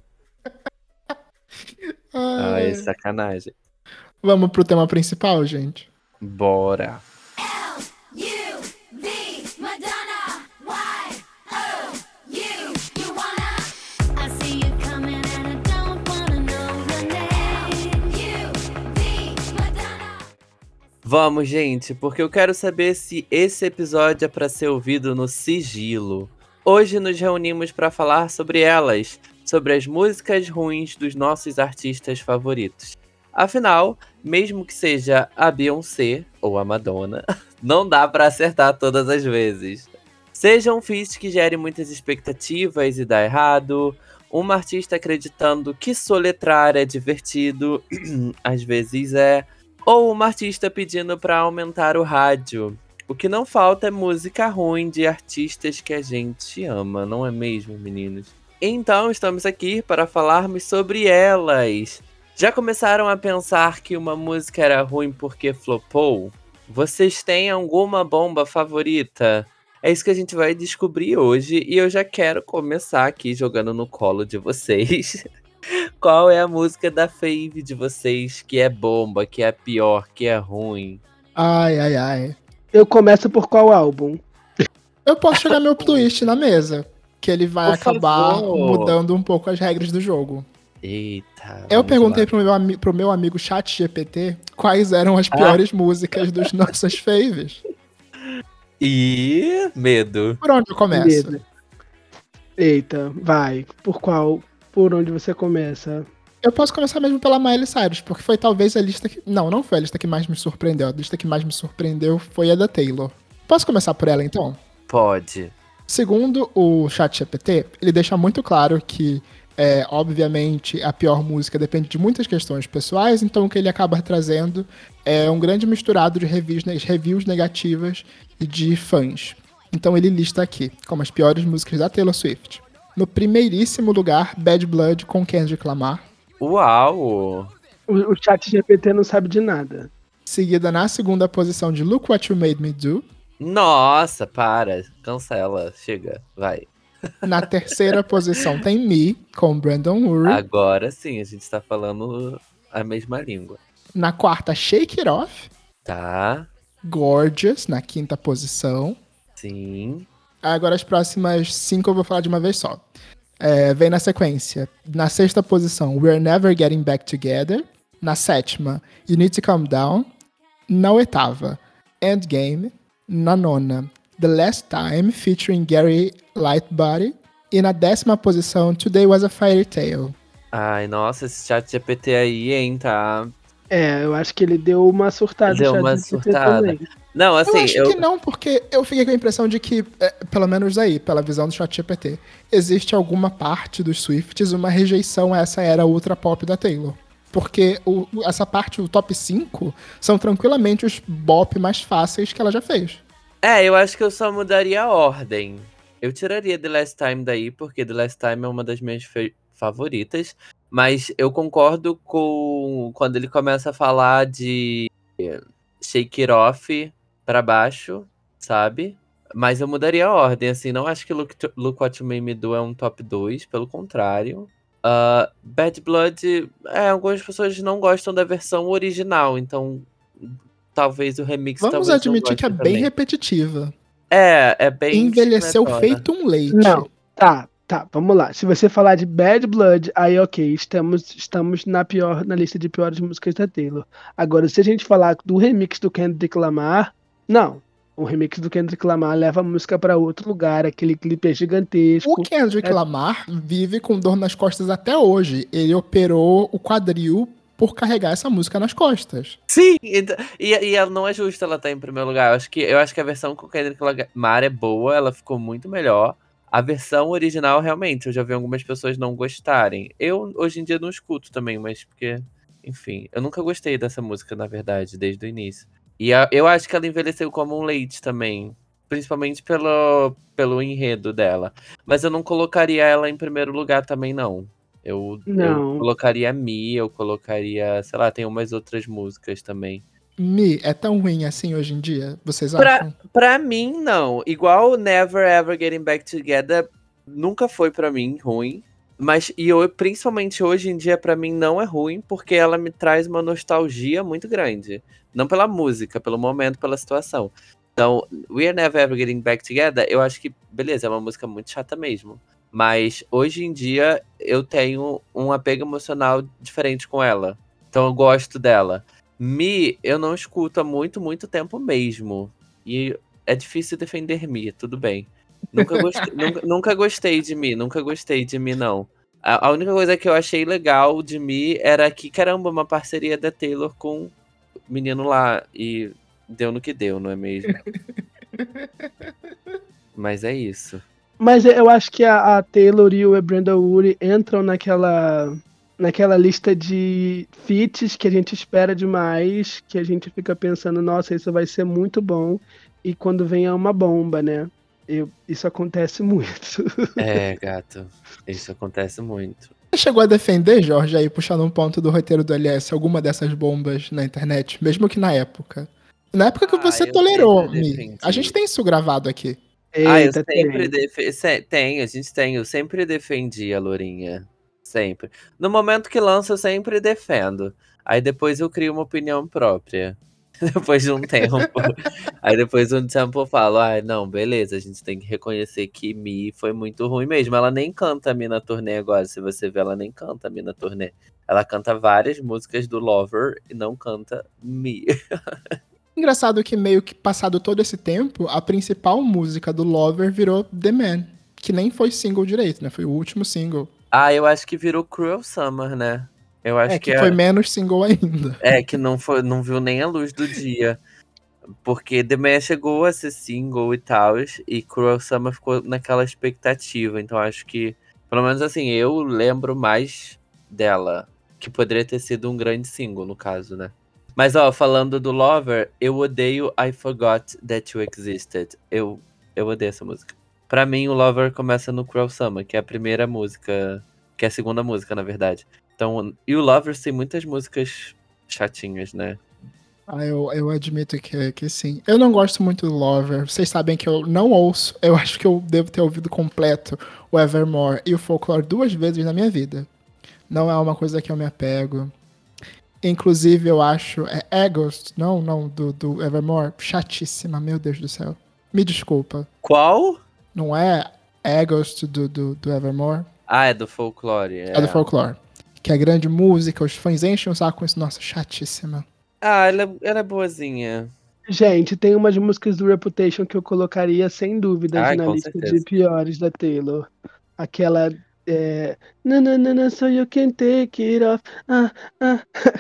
Ai, Ah, sacanagem. vamos pro tema principal, gente? Bora. U V Madonna, Y O U. You wanna? I see you coming and I don't wanna know your name. U V Madonna. Vamos, gente, porque eu quero saber se esse episódio é pra ser ouvido no sigilo. Hoje nos reunimos para falar sobre elas, sobre as músicas ruins dos nossos artistas favoritos. Afinal, mesmo que seja a Beyoncé ou a Madonna, não dá para acertar todas as vezes. Seja um feat que gere muitas expectativas e dá errado, uma artista acreditando que soletrar é divertido, às vezes é, ou uma artista pedindo para aumentar o rádio. O que não falta é música ruim de artistas que a gente ama, não é mesmo, meninos? Então estamos aqui para falarmos sobre elas. Já começaram a pensar que uma música era ruim porque flopou? Vocês têm alguma bomba favorita? É isso que a gente vai descobrir hoje e eu já quero começar aqui jogando no colo de vocês. Qual é a música da fave de vocês que é bomba, que é pior, que é ruim? Ai, ai, ai. Eu começo por qual álbum? Eu posso jogar meu twist na mesa, que ele vai Por acabar favor. mudando um pouco as regras do jogo. Eita. Eu vamos perguntei lá. pro meu, ami- pro meu amigo ChatGPT quais eram as piores músicas dos nossos faves. E medo. Por onde eu começo? Medo. Eita, vai. Por qual? Por onde você começa? Eu posso começar mesmo pela Miley Cyrus, porque foi talvez a lista que... Não, não foi a lista que mais me surpreendeu. A lista que mais me surpreendeu foi a da Taylor. Posso começar por ela, então? Pode. Segundo o ChatGPT, ele deixa muito claro que, é, obviamente, a pior música depende de muitas questões pessoais, então o que ele acaba trazendo é um grande misturado de reviews, ne- reviews negativas e de fãs. Então ele lista aqui, como as piores músicas da Taylor Swift. No primeiríssimo lugar, Bad Blood com Kendrick Lamar. Uau! O, o chat G P T não sabe de nada. Seguida na segunda posição de Look What You Made Me Do. Nossa, para. Cancela. Chega. Vai. Na terceira posição tem Me, com Brandon Urie. Agora sim, a gente tá falando a mesma língua. Na quarta, Shake It Off. Tá? Gorgeous, na quinta posição. Sim. Agora as próximas cinco eu vou falar de uma vez só. É, vem na sequência. Na sexta posição, We're Never Getting Back Together. Na sétima, You Need to Calm Down. Na oitava, Endgame. Na nona, The Last Time, featuring Gary Lightbody. E na décima posição, Today Was a Fairy Tale. Ai, nossa, esse chat G P T aí, hein, tá? É, eu acho que ele deu uma surtada Deu no uma chat G P T surtada. também. Não, assim, eu acho eu. que não, porque eu fiquei com a impressão de que, é, pelo menos aí, pela visão do ChatGPT, existe alguma parte dos Swifts uma rejeição a essa era ultra pop da Taylor. Porque o- o- essa parte, o top cinco, são tranquilamente os bop mais fáceis que ela já fez. É, eu acho que eu só mudaria a ordem. Eu tiraria The Last Time daí, porque The Last Time é uma das minhas fe- favoritas. Mas eu concordo com quando ele começa a falar de Shake It Off pra baixo, sabe? Mas eu mudaria a ordem, assim. Não acho que Look, to- Look What You Made Me Do é um top dois, pelo contrário. Ah, Bad Blood, é, algumas pessoas não gostam da versão original, então talvez o remix Vamos talvez não admitir que é goste bem também. repetitiva. É, é bem Envelheceu chicletona. feito um leite. Não, tá, tá, vamos lá. Se você falar de Bad Blood, aí ok, estamos, estamos na pior, na lista de piores músicas da Taylor. Agora, se a gente falar do remix do Kendrick Lamar, não. O remix do Kendrick Lamar leva a música pra outro lugar, aquele clipe é gigantesco. O Kendrick É- Lamar vive com dor nas costas até hoje. Ele operou o quadril por carregar essa música nas costas. Sim, então- e, e ela não é justo ela estar em primeiro lugar. Eu acho que, eu acho que a versão com o Kendrick Lamar é boa, ela ficou muito melhor. A versão original, realmente, eu já vi algumas pessoas não gostarem. Eu, hoje em dia, não escuto também, mas porque, enfim, eu nunca gostei dessa música, na verdade, desde o início. E a- eu acho que ela envelheceu como um leite também, principalmente pelo, pelo enredo dela. Mas eu não colocaria ela em primeiro lugar também, não. Eu, eu Não. colocaria Mi, eu colocaria, sei lá, tem umas outras músicas também. Me, é tão ruim assim hoje em dia? Vocês Pra, acham? pra mim, não. Igual Never Ever Getting Back Together, nunca foi pra mim ruim. Mas, e eu, principalmente hoje em dia, pra mim não é ruim, porque ela me traz uma nostalgia muito grande. Não pela música, pelo momento, pela situação. Então, We're Never Ever Getting Back Together, eu acho que, beleza, é uma música muito chata mesmo. Mas, hoje em dia, eu tenho um apego emocional diferente com ela. Então, eu gosto dela. Me, eu não escuto há muito, muito tempo mesmo. E é difícil defender Me, tudo bem. Nunca gostei, nunca, nunca gostei de Me, nunca gostei de Me, não. A, a única coisa que eu achei legal de Me era que, caramba, uma parceria da Taylor com o menino lá. E deu no que deu, não é mesmo? Mas é isso. Mas eu acho que a, a Taylor e o Brenda Urie entram naquela, naquela lista de feats que a gente espera demais, que a gente fica pensando, nossa, isso vai ser muito bom. E quando vem é uma bomba, né? Eu, isso acontece muito. É, gato. Isso acontece muito. Você chegou a defender, Jorge, aí puxando um ponto do roteiro do L S, alguma dessas bombas na internet, mesmo que na época? Na época que Ah, você eu tolerou, sempre Mi. defendi. A gente tem isso gravado aqui. Ah, eu Eita, sempre tem. defendi. Tem, a gente tem. Eu sempre defendi a Lourinha. Sempre. No momento que lança, eu sempre defendo. Aí depois eu crio uma opinião própria. Depois de um tempo. Aí depois de um tempo eu falo, ah, não, beleza, a gente tem que reconhecer que Mi foi muito ruim mesmo. Ela nem canta Mi na turnê agora, se você ver, ela nem canta Mi na turnê. Ela canta várias músicas do Lover e não canta Mi. Engraçado que meio que passado todo esse tempo, a principal música do Lover virou The Man, que nem foi single direito, né? Foi o último single. Ah, eu acho que virou Cruel Summer, né? Eu acho É, que que foi é, menos single ainda. é que não foi, não viu nem a luz do dia. Porque The Man chegou a ser single e tal, e Cruel Summer ficou naquela expectativa. Então acho que, pelo menos assim, eu lembro mais dela, que poderia ter sido um grande single, no caso, né? Mas ó, falando do Lover, eu odeio I Forgot That You Existed. Eu, eu odeio essa música. Pra mim, o Lover começa no Cruel Summer, que é a primeira música, que é a segunda música, na verdade. Então, e o Lover tem muitas músicas chatinhas, né? Ah, eu, eu admito que, que sim. Eu não gosto muito do Lover. Vocês sabem que eu não ouço. Eu acho que eu devo ter ouvido completo o Evermore e o Folklore duas vezes na minha vida. Não é uma coisa que eu me apego. Inclusive, eu acho. É Agost, não, não, do, do Evermore. Chatíssima, meu Deus do céu. Me desculpa. Qual? Não é Agost do, do, do Evermore? Ah, é do Folklore. É. é do Folklore. Que é grande música, os fãs enchem o saco com isso. Nossa, chatíssima. Ah, ela, é- ela é boazinha. Gente, tem umas músicas do Reputation que eu colocaria sem dúvidas Ai, na com lista certeza. de piores da Taylor. Aquela. É... Na, na, na, na, so you can take it off. Ah, ah.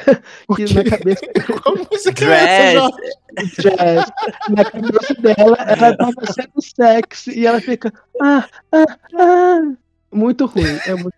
O Que quê? na cabeça. Qual música é essa, Dress! Jorge? Jazz. Na cabeça dela, ela tava sendo sexy e ela fica. Ah, ah, ah. Muito ruim. É muito...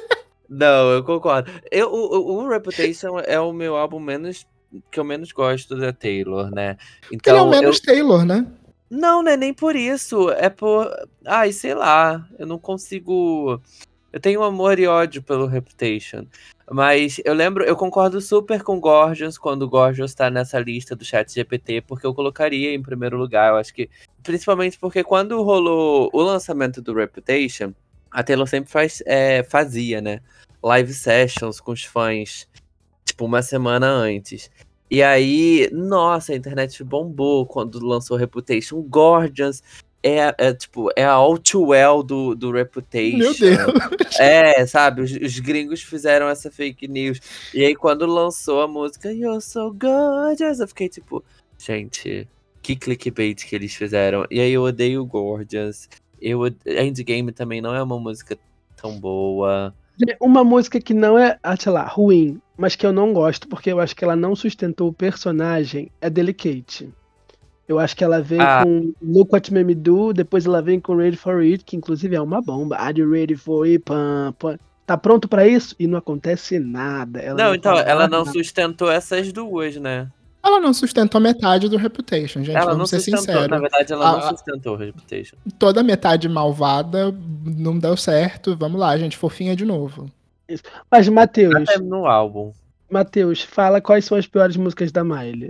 Não, eu concordo. Eu, o, o o Reputation é o meu álbum menos que eu menos gosto da Taylor, né? Porque ele é o Então, eu. menos Taylor, né? Não, não é nem por isso. É por. Ai, sei lá. Eu não consigo. Eu tenho amor e ódio pelo Reputation. Mas eu lembro, eu concordo super com Gorgeous quando Gorgeous tá nessa lista do chat G P T, porque eu colocaria em primeiro lugar. Eu acho que. Principalmente porque quando rolou o lançamento do Reputation, a Taylor sempre faz, é, fazia, né? Live sessions com os fãs, tipo, uma semana antes. E aí, nossa, a internet bombou quando lançou Reputation. Gorgeous é, é tipo, é a All Too Well do, do Reputation. Meu Deus. É, sabe, os, os gringos fizeram essa fake news. E aí, quando lançou a música You're So Gorgeous, eu fiquei tipo, gente, que clickbait que eles fizeram. E aí eu odeio Gorgeous. Eu, ode- Endgame também não é uma música tão boa. Uma música que não é, ah, sei lá, ruim, mas que eu não gosto, porque eu acho que ela não sustentou o personagem, é Delicate. Eu acho que ela vem Ah. com Look What You Made Me Do, depois ela vem com Ready For It, que inclusive é uma bomba. Are you ready for it? Pam, pam. Tá pronto pra isso? E não acontece nada. Ela Não, não então, fala ela mais não nada. sustentou essas duas, né? Ela não sustentou metade do Reputation, gente. Ela não Vamos ser sustentou, na sinceros. verdade, ela não A- a- sustentou o Reputation. Toda metade malvada não deu certo. Vamos lá, gente. Fofinha de novo. Mas, Matheus, Até no álbum. Matheus, fala quais são as piores músicas da Miley.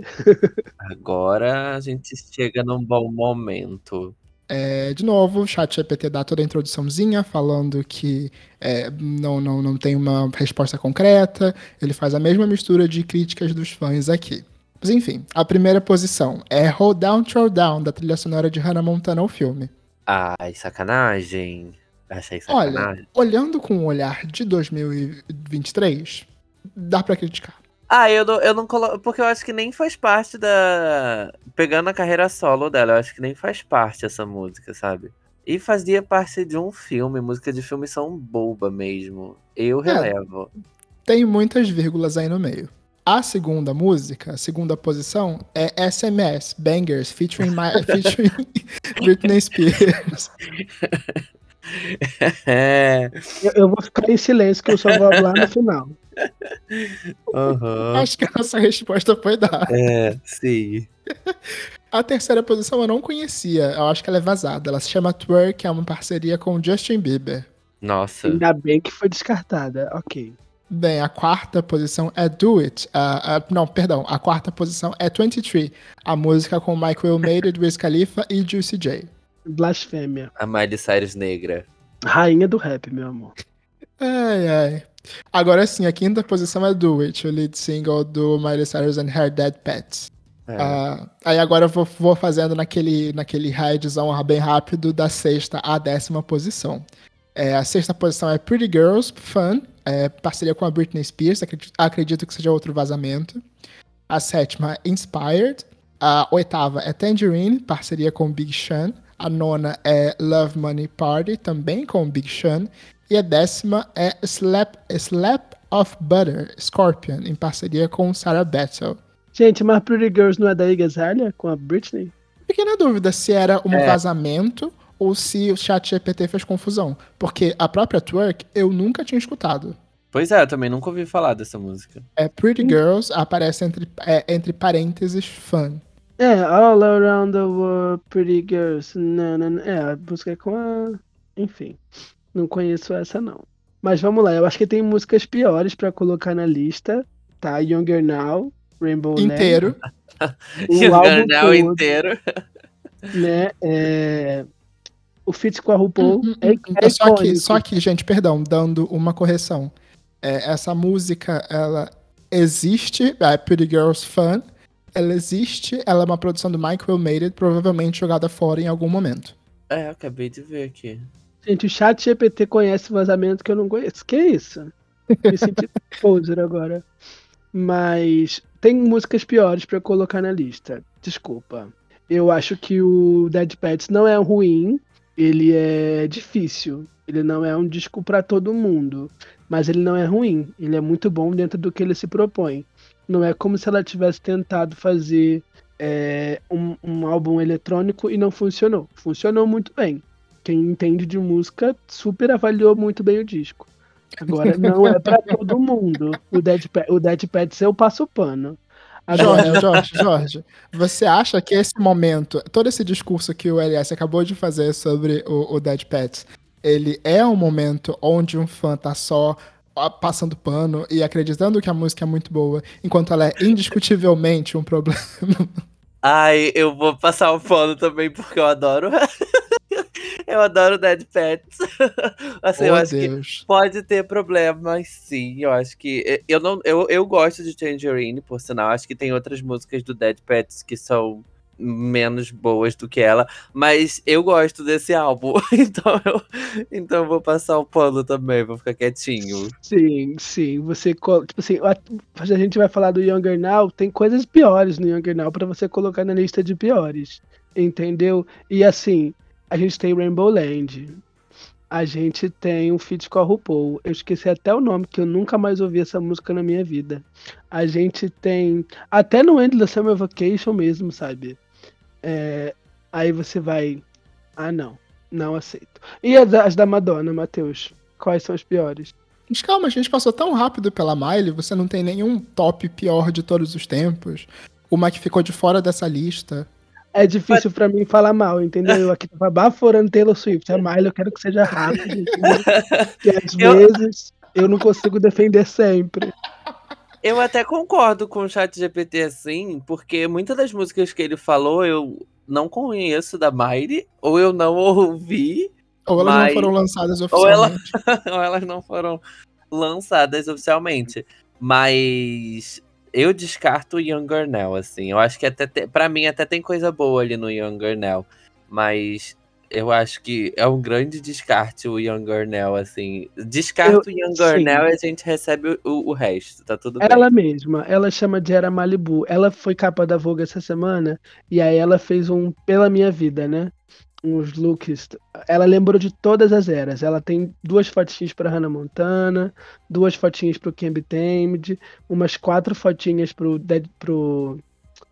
Agora a gente chega num bom momento. É, de novo, o chat G P T dá toda a introduçãozinha falando que é, não, não, não tem uma resposta concreta. Ele faz a mesma mistura de críticas dos fãs aqui. Mas enfim, a primeira posição é Hold Down, Throw Down, da trilha sonora de Hannah Montana, o filme. Ai, sacanagem. Achei Olha, sacanagem. olhando com o olhar de dois mil e vinte e três, dá pra criticar. Ah, eu não, eu não coloco. Porque eu acho que nem faz parte da. Pegando a carreira solo dela, eu acho que nem faz parte essa música, sabe? E fazia parte de um filme. Música de filme são boba mesmo. Eu relevo. Tem muitas vírgulas aí no meio. A segunda música, a segunda posição, é S M S, Bangers, featuring, my, featuring Britney Spears. É. Eu, eu vou ficar em silêncio, que eu só vou falar no final. Uhum. Acho que a nossa resposta foi dada. É, sim. A terceira posição eu não conhecia, eu acho que ela é vazada. Ela se chama Twerk, é uma parceria com o Justin Bieber. Nossa. Ainda bem que foi descartada. Ok. Bem, a quarta posição é Do It. Uh, uh, não, perdão. A quarta posição é vinte e três. A música com Michael Made, Wiz Khalifa e Juicy J. Blasfêmia. A Miley Cyrus negra. Rainha do rap, meu amor. Ai, ai. Agora sim, a quinta posição é Do It, o lead single do Miley Cyrus and Her Dead Pets. É. Uh, aí agora eu vou, vou fazendo naquele, naquele raidzão bem rápido da sexta à décima posição. É, a sexta posição é Pretty Girls, Fun, é, parceria com a Britney Spears, acredito, acredito que seja outro vazamento. A sétima é Inspired. A oitava é Tangerine, parceria com Big Sean. A nona é Love Money Party, também com Big Sean. E a décima é Slap, Slap of Butter, Scorpion, em parceria com Sarah Battle. Gente, mas Pretty Girls não é da Iggy Azalea com a Britney? Fiquei na dúvida se era um É. vazamento ou se o chat G P T fez confusão. Porque a própria Twerk eu nunca tinha escutado. Pois é, eu também nunca ouvi falar dessa música. É Pretty Girls, aparece entre, é, entre parênteses Fun. É, All Around the World, Pretty Girls. Não, não, não. É, a música é com a... Enfim, não conheço essa não. Mas vamos lá, eu acho que tem músicas piores pra colocar na lista. Tá, Younger Now, Rainbow Inteiro. Land, E o o álbum Garnel todo, inteiro. né? É... O feat com a RuPaul Hum, hum, é, hum. é Só que, icônico. só que, gente, perdão, dando uma correção. É, essa música, ela existe, é Pretty Girls Fun, ela existe, ela é uma produção do Michael Made, provavelmente jogada fora em algum momento. É, eu acabei de ver aqui. Gente, o chat G P T conhece vazamento que eu não conheço. Que isso? Me senti poser agora. Mas tem músicas piores pra eu colocar na lista. Desculpa. Eu acho que o Dead Pets não é ruim. Ele é difícil. Ele não é um disco pra todo mundo. Mas ele não é ruim. Ele é muito bom dentro do que ele se propõe. Não é como se ela tivesse tentado fazer é, um, um álbum eletrônico e não funcionou. Funcionou muito bem. Quem entende de música super avaliou muito bem o disco. Agora, não é pra todo mundo. O Dead, Pa- o Dead Pets eu passo o pano. Agora, Jorge, Jorge, Jorge, você acha que esse momento, todo esse discurso que o L S acabou de fazer sobre o, o Dead Pets, ele é um momento onde um fã tá só ó, passando pano e acreditando que a música é muito boa, enquanto ela é indiscutivelmente um problema? Ai, eu vou passar o pano também, porque eu adoro. Eu adoro Dead Pets. Assim, eu Oh, acho que Deus. pode ter problemas, sim. Eu acho que. Eu, não, eu, eu gosto de Tangerine, por sinal. Acho que tem outras músicas do Dead Pets que são menos boas do que ela. Mas eu gosto desse álbum. Então eu, então eu vou passar o pano também, vou ficar quietinho. sim, sim. Você, co- tipo assim, a a gente vai falar do Younger Now, tem coisas piores no Younger Now pra você colocar na lista de piores. Entendeu? E assim, a gente tem Rainbow Land. A gente tem um feat com a RuPaul. Eu esqueci até o nome, que eu nunca mais ouvi essa música na minha vida. A gente tem. Até no Endless Summer Vacation mesmo, sabe? É, aí você vai. Ah, não. Não aceito. E as, as da Madonna, Matheus? Quais são as piores? Mas calma, a gente passou tão rápido pela Miley, você não tem nenhum top pior de todos os tempos. Uma que ficou de fora dessa lista. É difícil pra mim falar mal, entendeu? Eu aqui tava baforando Taylor Swift. A Miley eu quero que seja rápido, entendeu? Porque às Eu- vezes eu não consigo defender sempre. Eu até concordo com o chat G P T, assim, porque muitas das músicas que ele falou eu não conheço da Miley, ou eu não ouvi, Ou elas Mas- não foram lançadas Ou ela- oficialmente. ou elas não foram lançadas oficialmente. Mas eu descarto o Younger Now, assim. Eu acho que até te... pra mim até tem coisa boa ali no Younger Now. Mas eu acho que é um grande descarte o Younger Now, assim. Descarta o Younger sim. Now e a gente recebe o, o resto, tá tudo bem. Ela mesma, ela chama Jera Malibu. Ela foi capa da Vogue essa semana e aí ela fez um Pela Minha Vida, né? uns looks. Ela lembrou de todas as eras. Ela tem duas fotinhas pra Hannah Montana, duas fotinhas pro Camp Tamed, umas quatro fotinhas pro Dead, pro,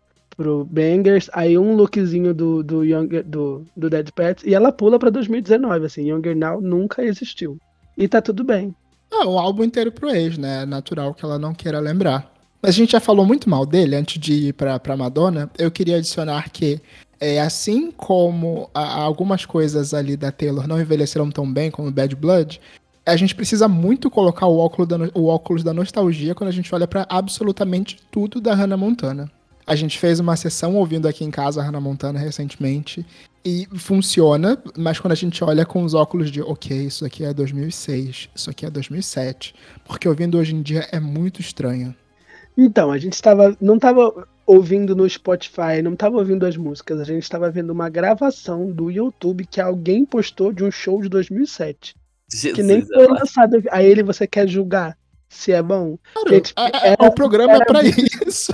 pro Bangers, aí um lookzinho do, do, Younger, do, do Dead Pets, e ela pula pra dois mil e dezenove, assim, Younger Now nunca existiu. E tá tudo bem. Ah, o álbum inteiro pro ex, né? É natural que ela não queira lembrar. Mas a gente já falou muito mal dele antes de ir pra, pra Madonna. Eu queria adicionar que, é, assim como a- algumas coisas ali da Taylor não envelheceram tão bem, como Bad Blood, a gente precisa muito colocar o óculos da, no- o óculos da nostalgia quando a gente olha pra absolutamente tudo da Hannah Montana. A gente fez uma sessão ouvindo aqui em casa a Hannah Montana recentemente e funciona, mas quando a gente olha com os óculos de, ok, isso aqui é dois mil e seis, isso aqui é dois mil e sete, porque ouvindo hoje em dia é muito estranho. Então, a gente estava, não estava ouvindo no Spotify, não estava ouvindo as músicas, a gente estava vendo uma gravação do YouTube que alguém postou de um show de dois mil e sete, que nem Jesus, foi ela. lançado. A ele você quer julgar se é bom? Claro, Gente, é, é- era, o programa é era pra muito isso.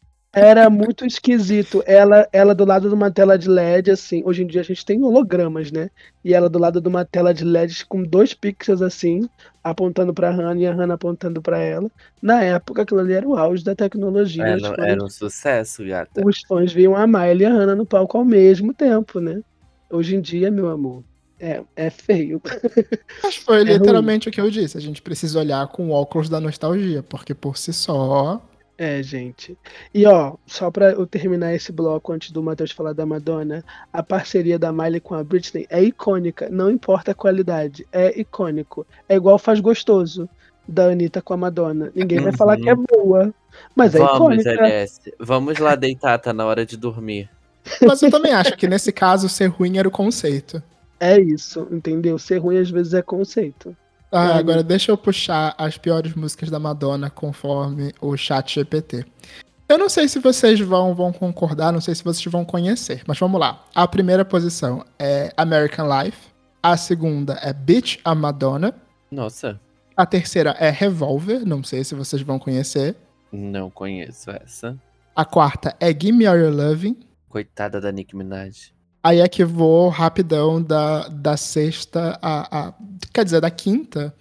Era muito esquisito. Ela, ela do lado de uma tela de L E D, assim. Hoje em dia a gente tem hologramas, né? E ela do lado de uma tela de L E D com dois pixels, assim, apontando pra Hannah e a Hannah apontando pra ela. Na época, aquilo ali era o auge da tecnologia. Os Era, fãs, era um sucesso, gata. os fãs viam a Miley e a Hannah no palco ao mesmo tempo, né? Hoje em dia, meu amor, é, é feio. Mas foi É ruim. literalmente o que eu disse. A gente precisa olhar com o óculos da nostalgia, porque por si só. É, gente. E ó, só pra eu terminar esse bloco antes do Matheus falar da Madonna, a parceria da Miley com a Britney é icônica, não importa a qualidade, é icônico. É igual Faz Gostoso da Anitta com a Madonna. Ninguém vai falar que é Uhum. boa, mas é Vamos, icônica. L S. Vamos lá deitar, tá na hora de dormir. Mas eu também acho que nesse caso ser ruim era o conceito. É isso, entendeu? Ser ruim às vezes é conceito. Ah, Ai, agora deixa eu puxar as piores músicas da Madonna conforme o chat G P T. Eu não sei se vocês vão, vão concordar, não sei se vocês vão conhecer, mas vamos lá. A primeira posição é American Life. A segunda é Bitch a Madonna. Nossa, A terceira é Revolver, não sei se vocês vão conhecer. não conheço essa. A quarta é Gimme All Your Loving. Coitada da Nicki Minaj. Aí é que vou rapidão da, da sexta a, a. Quer dizer, da quinta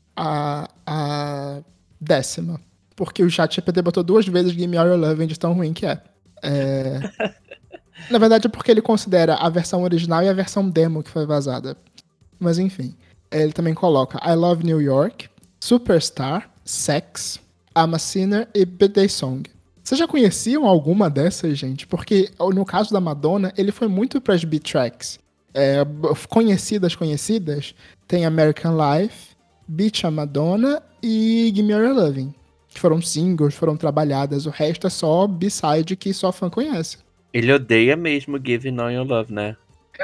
a, a décima. Porque o chat G P T botou duas vezes Gimme All Your Loving de tão ruim que é. É... Na verdade é porque ele considera a versão original e a versão demo que foi vazada. Mas enfim. Ele também coloca I Love New York, Superstar, Sex, I'm a Sinner e Birthday Song. Vocês já conheciam alguma dessas, gente? Porque no caso da Madonna, ele foi muito para as beat tracks. É, conhecidas, conhecidas, tem American Life, Beach a Madonna e Gimme All Your Loving. Que foram singles, foram trabalhadas. O resto é só B-side que só fã conhece. Ele odeia mesmo Giving All Your Love, né?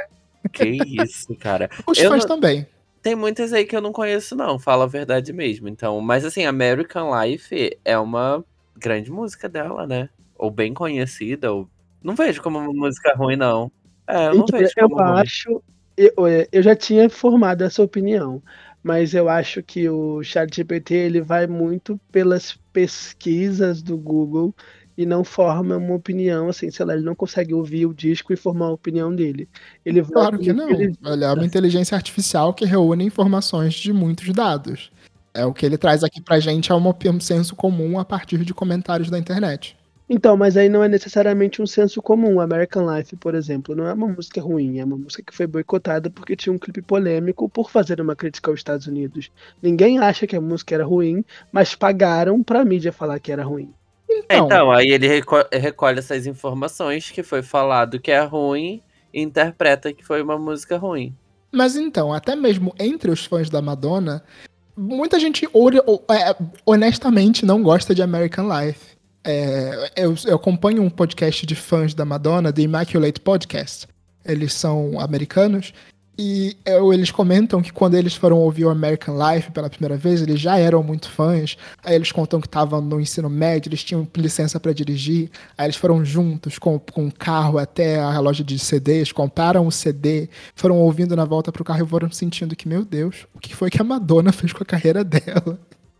Que isso, cara. Os Eu fãs não- também. Tem muitas aí que eu não conheço, não. Fala a verdade mesmo. Então, mas assim, American Life é uma grande música dela, né? Ou bem conhecida. Ou... Não vejo como uma música ruim, não. É, eu não Então, vejo eu como ruim. acho. Eu, eu já tinha formado essa opinião, mas eu acho que o ChatGPT ele vai muito pelas pesquisas do Google e não forma uma opinião, assim, sei lá, ele não consegue ouvir o disco e formar a opinião dele. Ele vai Claro que pelo não. ele- Ele é uma inteligência artificial que reúne informações de muitos dados. É o que ele traz aqui pra gente é uma opi- um senso comum a partir de comentários da internet. Então, mas aí não é necessariamente um senso comum. American Life, por exemplo, não é uma música ruim, é uma música que foi boicotada porque tinha um clipe polêmico por fazer uma crítica aos Estados Unidos. Ninguém acha que a música era ruim, mas pagaram pra mídia falar que era ruim. É, Então, Então, aí ele reco- recolhe essas informações que foi falado que é ruim e interpreta que foi uma música ruim. mas então, até mesmo entre os fãs da Madonna, muita gente ori- o- é, honestamente não gosta de American Life. É, eu, eu acompanho um podcast de fãs da Madonna, The Immaculate Podcast. Eles são americanos e eu- eles comentam que quando eles foram ouvir o American Life pela primeira vez, eles já eram muito fãs. Aí eles contam que estavam no ensino médio, eles tinham licença para dirigir. Aí eles foram juntos com, com o carro até a loja de C Ds, compraram o C D, foram ouvindo na volta pro carro e foram sentindo que, meu Deus, o que foi que a Madonna fez com a carreira dela?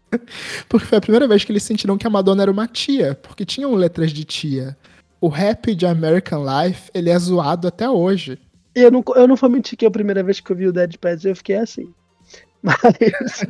Porque foi a primeira vez que eles sentiram que a Madonna era uma tia, porque tinham letras de tia. O rap de American Life, ele é zoado até hoje. Eu não, eu não vou mentir que a primeira vez que eu vi o Dead Pets eu fiquei assim. Mas,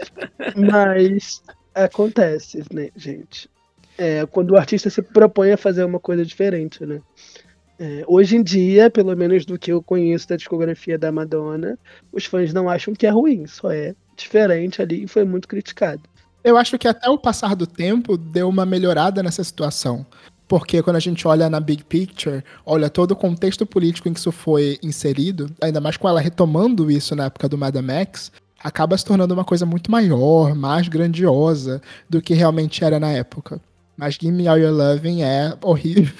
mas acontece, né, gente? É, quando o artista se propõe a fazer uma coisa diferente, né? É, hoje em dia, pelo menos do que eu conheço da discografia da Madonna, os fãs não acham que é ruim, só é diferente ali e foi muito criticado. Eu acho que até o passar do tempo deu uma melhorada nessa situação. Porque quando a gente olha na big picture, olha todo o contexto político em que isso foi inserido, ainda mais com ela retomando isso na época do Madame X, acaba se tornando uma coisa muito maior, mais grandiosa do que realmente era na época. Mas Give Me All Your Loving é horrível.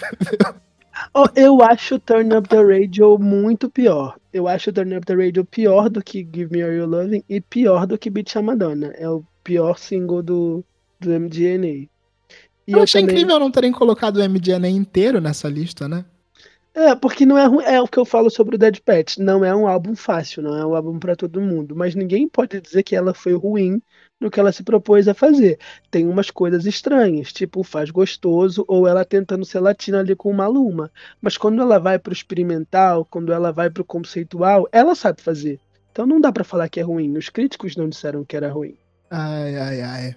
Oh, eu acho Turn Up the Radio muito pior. Eu acho Turn Up the Radio pior do que Give Me All Your Loving e pior do que Beat a Madonna. É o pior single do, do M D N A. E Eu eu achei também. incrível não terem colocado o M D N A inteiro nessa lista, né? É, porque não é ruim. É o que eu falo sobre o Dead Pets. Não é um álbum fácil, não é um álbum pra todo mundo. Mas ninguém pode dizer que ela foi ruim no que ela se propôs a fazer. Tem umas coisas estranhas, tipo Faz Gostoso ou ela tentando ser latina ali com Maluma. Mas quando ela vai pro experimental, quando ela vai pro conceitual, ela sabe fazer. Então não dá pra falar que é ruim. Os críticos não disseram que era ruim. Ai, ai, ai.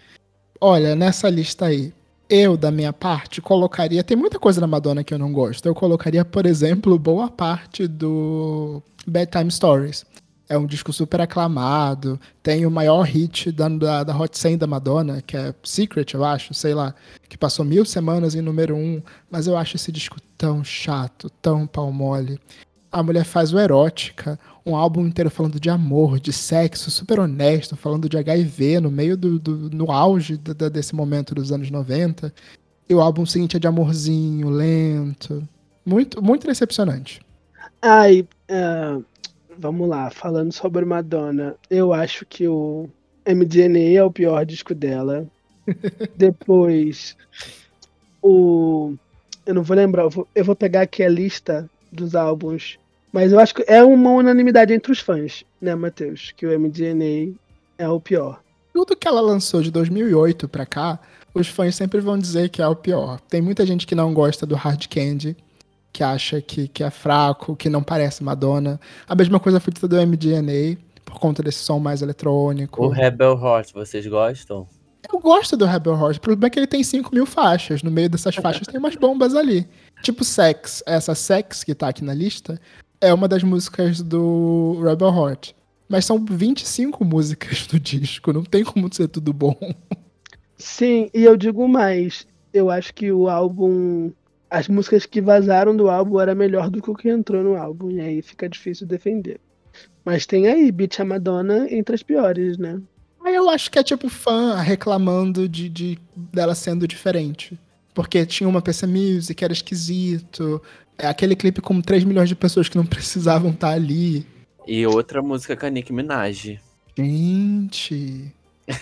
Olha, nessa lista aí, eu, da minha parte, colocaria. Tem muita coisa na Madonna que eu não gosto. Eu colocaria, por exemplo, boa parte do Bedtime Stories. É um disco super aclamado. Tem o maior hit da, da, da Hot cem da Madonna, que é Secret, eu acho, sei lá, que passou mil semanas em número um. Mas eu acho esse disco tão chato, tão pau mole. A mulher faz o Erótica, um álbum inteiro falando de amor, de sexo, super honesto, falando de H I V no meio do, do no auge da- da- desse momento dos anos noventa. E o álbum seguinte é de amorzinho, lento. Muito, muito decepcionante. Ai, ah, vamos lá, falando sobre Madonna, eu acho que o M D N A é o pior disco dela. Depois, o. Eu não vou lembrar, eu vou, eu vou pegar aqui a lista dos álbuns. Mas eu acho que é uma unanimidade entre os fãs, né, Matheus? Que o M D N A é o pior. Tudo que ela lançou de dois mil e oito pra cá, os fãs sempre vão dizer que é o pior. Tem muita gente que não gosta do Hard Candy, que acha que, que é fraco, que não parece Madonna. A mesma coisa foi dita do M D N A, por conta desse som mais eletrônico. O Rebel Heart, vocês gostam? Eu gosto do Rebel Heart. O problema é que ele tem cinco mil faixas. No meio dessas faixas tem umas bombas ali. Tipo Sex. Essa Sex que tá aqui na lista é uma das músicas do Rebel Heart. Mas são vinte e cinco músicas do disco. Não tem como ser tudo bom. Sim, e eu digo mais. Eu acho que o álbum. As músicas que vazaram do álbum era melhor do que o que entrou no álbum. E aí fica difícil defender. Mas tem aí, Beat a Madonna entre as piores, né? Aí eu acho que é tipo fã reclamando de, de dela sendo diferente. Porque tinha uma P C Music, era esquisito. É aquele clipe com três milhões de pessoas que não precisavam estar ali. E outra música com a Nicki Minaj. Gente.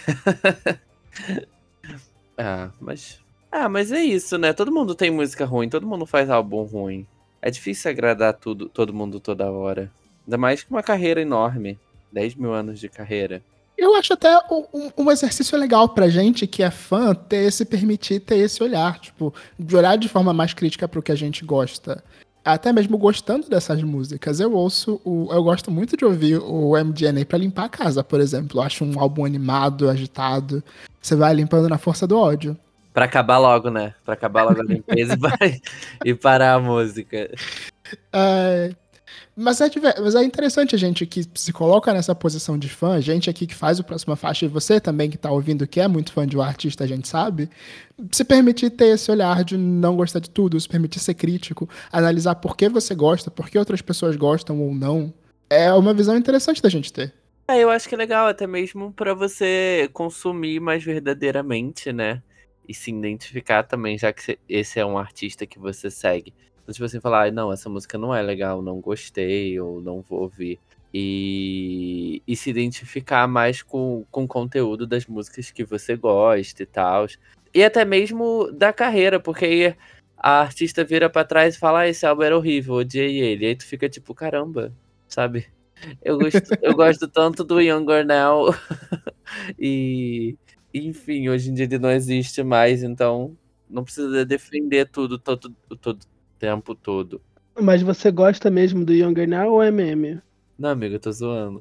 Ah, mas. Ah, mas é isso, né? Todo mundo tem música ruim, todo mundo faz álbum ruim. É difícil agradar tudo, todo mundo toda hora. Ainda mais com uma carreira enorme. dez mil anos de carreira. Eu acho até um, um exercício legal pra gente que é fã ter se permitir ter esse olhar, tipo, de olhar de forma mais crítica pro que a gente gosta. Até mesmo gostando dessas músicas. Eu ouço, o, eu gosto muito de ouvir o M D N A pra limpar a casa, por exemplo. Eu acho um álbum animado, agitado. Você vai limpando na força do ódio. Pra acabar logo, né? Pra acabar logo a limpeza e, vai- e parar a música. É, Mas é, diver- mas é interessante a gente que se coloca nessa posição de fã, a gente aqui que faz o Próxima Faixa, e você também que tá ouvindo, que é muito fã de um artista, a gente sabe, se permitir ter esse olhar de não gostar de tudo, se permitir ser crítico, analisar por que você gosta, por que outras pessoas gostam ou não, é uma visão interessante da gente ter. É, eu acho que é legal até mesmo pra você consumir mais verdadeiramente, né? E se identificar também, já que cê- esse é um artista que você segue. Então, tipo assim, falar, "Ai, não, essa música não é legal, não gostei, ou não vou ouvir." E, e se identificar mais com, com o conteúdo das músicas que você gosta e tal. E até mesmo da carreira, porque aí a artista vira pra trás e fala, ah, esse álbum era horrível, odiei ele. Aí tu fica tipo, caramba, sabe? Eu gosto, eu gosto tanto do Younger Now. E, enfim, hoje em dia ele não existe mais, então não precisa defender tudo todo, todo o tempo todo. Mas você gosta mesmo do Younger Now ou é meme? Não, amigo, eu tô zoando.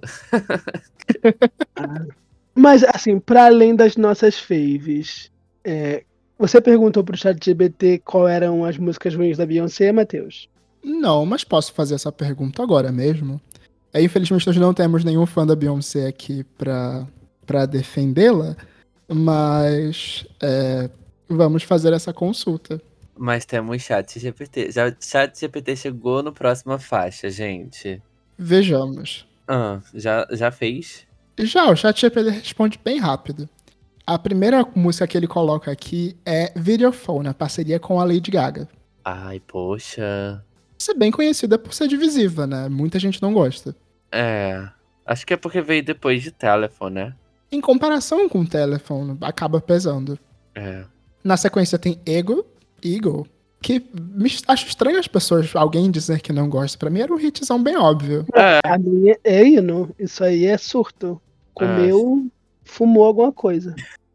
Mas, assim, pra além das nossas faves, é, você perguntou pro chat G P T qual eram as músicas ruins da Beyoncé, Matheus? Não, mas posso fazer essa pergunta agora mesmo. É, infelizmente, nós não temos nenhum fã da Beyoncé aqui pra, pra defendê-la, mas é, vamos fazer essa consulta. Mas temos chat G P T. Já, chat G P T chegou no próxima faixa, gente. Vejamos. Ah, já, já fez? Já, o chat G P T responde bem rápido. A primeira música que ele coloca aqui é Videophone, a parceria com a Lady Gaga. Ai, poxa. Isso é bem conhecida por ser divisiva, né? Muita gente não gosta. É. Acho que é porque veio depois de Telephone, né? Em comparação com o Telephone, acaba pesando. É. Na sequência tem Ego, Eagle, que me, acho estranho as pessoas, alguém dizer que não gosta. Pra mim era um hitzão bem óbvio. É. A minha é hino. Isso aí é surto. Comeu, fumou alguma coisa.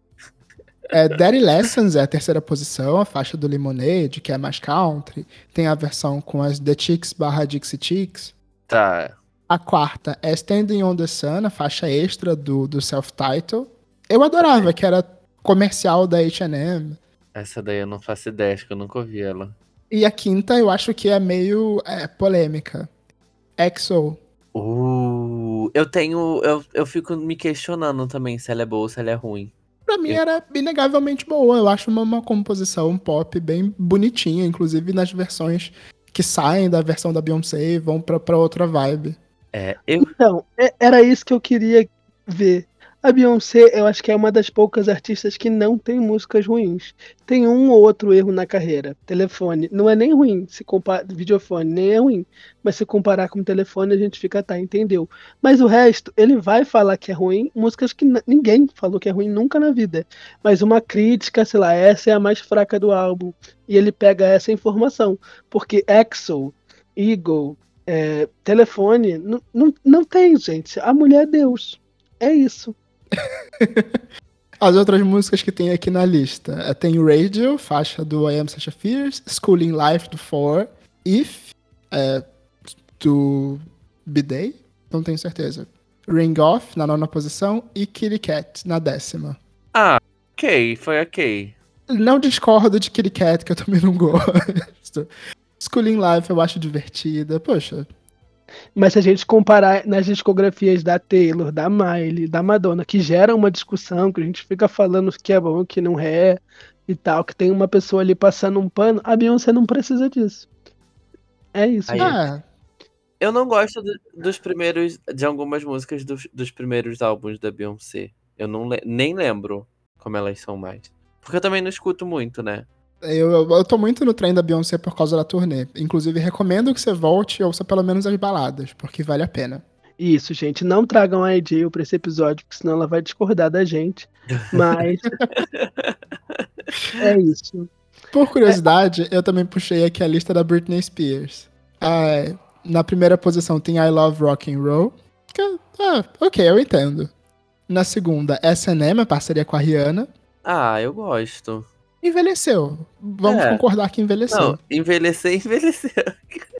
É, Daddy Lessons é a terceira posição, a faixa do Lemonade, que é mais country. Tem a versão com as The Chicks barra Dixie Chicks. Tá. A quarta é Standing on the Sun, a faixa extra do, do self-title. Eu adorava, que era comercial da H and M. Essa daí eu não faço ideia, acho que eu nunca ouvi ela. E a quinta eu acho que é meio é, polêmica. X O. Uh, eu tenho. Eu, eu fico me questionando também se ela é boa ou se ela é ruim. Pra mim era inegavelmente boa. Eu acho uma, uma composição pop bem bonitinha, inclusive nas versões que saem da versão da Beyoncé e vão pra, pra outra vibe. É, eu. Então, é- era isso que eu queria ver. A Beyoncé, eu acho que é uma das poucas artistas que não tem músicas ruins. Tem um ou outro erro na carreira. Telefone, não é nem ruim, se compara, videofone nem é ruim, mas se comparar com o telefone a gente fica, tá, entendeu? Mas o resto, ele vai falar que é ruim, músicas que n- ninguém falou que é ruim nunca na vida. Mas uma crítica, sei lá, essa é a mais fraca do álbum. E ele pega essa informação, porque Exo, Eagle, é, telefone, não, não, não tem, gente. A mulher é Deus. É isso. As outras músicas que tem aqui na lista é, tem Radio, faixa do I Am Such a Fierce, Schooling Life do Four, If, é, do B-Day, não tenho certeza. Ring Off na nona posição e Kitty Cat na décima. Ah, ok, foi ok. Não discordo de Kitty Cat, que eu também não gosto. Schooling Life eu acho divertida. Poxa, Mas se a gente comparar nas discografias da Taylor, da Miley, da Madonna, que gera uma discussão, que a gente fica falando que é bom, que não é, e tal, que tem uma pessoa ali passando um pano, a Beyoncé não precisa disso. É isso. Aí- gente. é, Eu não gosto do- dos primeiros. De algumas músicas dos, dos primeiros álbuns da Beyoncé. Eu não le- nem lembro como elas são mais. Porque eu também não escuto muito, né? eu, eu, eu tô muito no trem da Beyoncé por causa da turnê. Inclusive, recomendo que você volte e ouça pelo menos as baladas, porque vale a pena. Isso, gente. Não tragam a A J pra esse episódio, porque senão ela vai discordar da gente. Mas. é isso. Por curiosidade, eu também puxei aqui a lista da Britney Spears. Ah, na primeira posição tem I Love Rock and Roll. Que, ah, ok, eu entendo. Na segunda, S and M, a parceria com a Rihanna. Ah, eu gosto. Envelheceu. Vamos É. concordar que envelheceu. Não, envelhecer, envelhecer.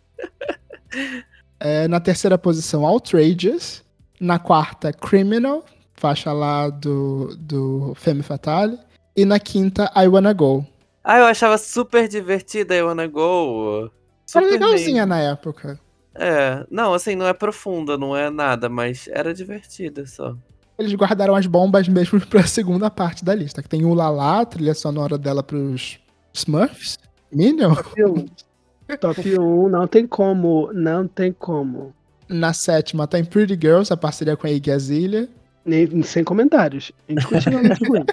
É, na terceira posição, Outrageous. Na quarta, Criminal, faixa lá do, do Femme Fatale. E na quinta, I Wanna Go. Ah, eu achava super divertida I Wanna Go. Super Era legalzinha bem. na época. É, não, assim, não é profunda, não é nada, mas era divertida só. Eles guardaram as bombas mesmo pra segunda parte da lista. Que tem o Lala, trilha sonora dela pros Smurfs. Minion. Top um. Top um, não tem como. Não tem como. Na sétima tem Pretty Girls, a parceria com a Iggy Azalea. Nem, sem comentários. Indiscutivelmente ruim.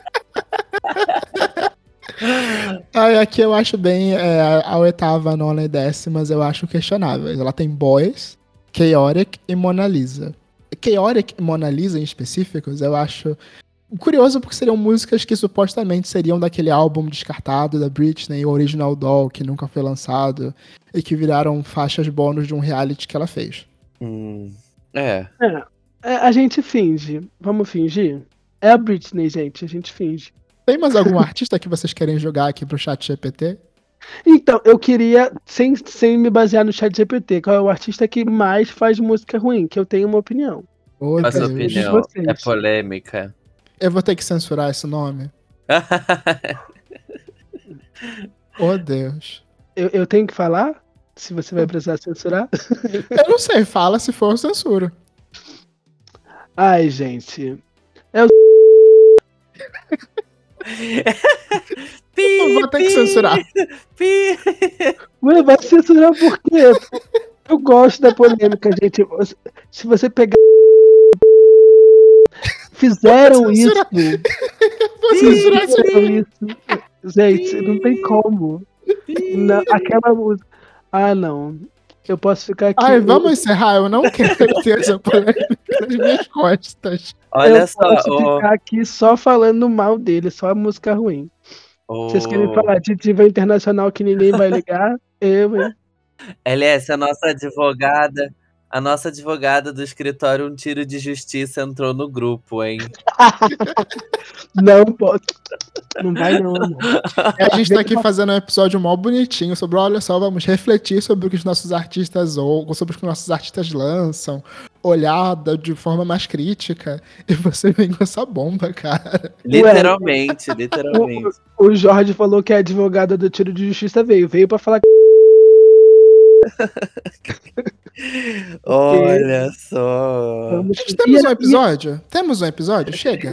Ah, aqui eu acho bem é, a, a oitava, a nona e décimas eu acho questionáveis. Ela tem Boys, Chaotic e Mona Lisa. Chaotic e Mona Lisa em específicos eu acho curioso porque seriam músicas que supostamente seriam daquele álbum descartado da Britney, o Original Doll, que nunca foi lançado e que viraram faixas bônus de um reality que ela fez. Hum, é. É, é, a gente finge. Vamos fingir? É a Britney, gente. A gente finge. Tem mais algum artista que vocês querem jogar aqui pro chat G P T? Então, eu queria, sem, sem me basear no chat G P T, qual é o artista que mais faz música ruim? Que eu tenho uma opinião. Oh, A sua Deus. opinião vocês. é polêmica. Eu vou ter que censurar esse nome. Oh, Deus. Eu, eu tenho que falar? Se você vai precisar censurar? Eu não sei, fala se for censura. Ai, gente. Pi, Eu vou ter que pi, censurar. pi. Ué, vai censurar por quê? Eu gosto da polêmica, gente. Se você pegar. Fizeram Vou isso. censurar. Vou censurar isso aí. Fizeram isso. Gente, não tem como. Não, aquela música. Ah, não. Eu posso ficar aqui. Ai, vamos encerrar. Eu não quero ter essa polêmica nas minhas costas. Olha eu só, posso ô, ficar aqui só falando mal dele, só música ruim. ô, Vocês querem falar de diva internacional que ninguém vai ligar? Eu, hein? L S, a nossa advogada, a nossa advogada do escritório Um Tiro de Justiça entrou no grupo, hein? Não posso. Não vai, não, amor. A gente tá aqui fazendo um episódio mó bonitinho sobre, olha só, vamos refletir sobre o que os nossos artistas ou sobre o que os nossos artistas lançam, olhar da- de forma mais crítica, e você vem com essa bomba, cara. Literalmente, literalmente. O Jorge falou que a advogada do Tiro de Justiça veio. Veio pra falar que. Olha só. Vamos- Gente, temos E um a- episódio? Temos um episódio? Chega.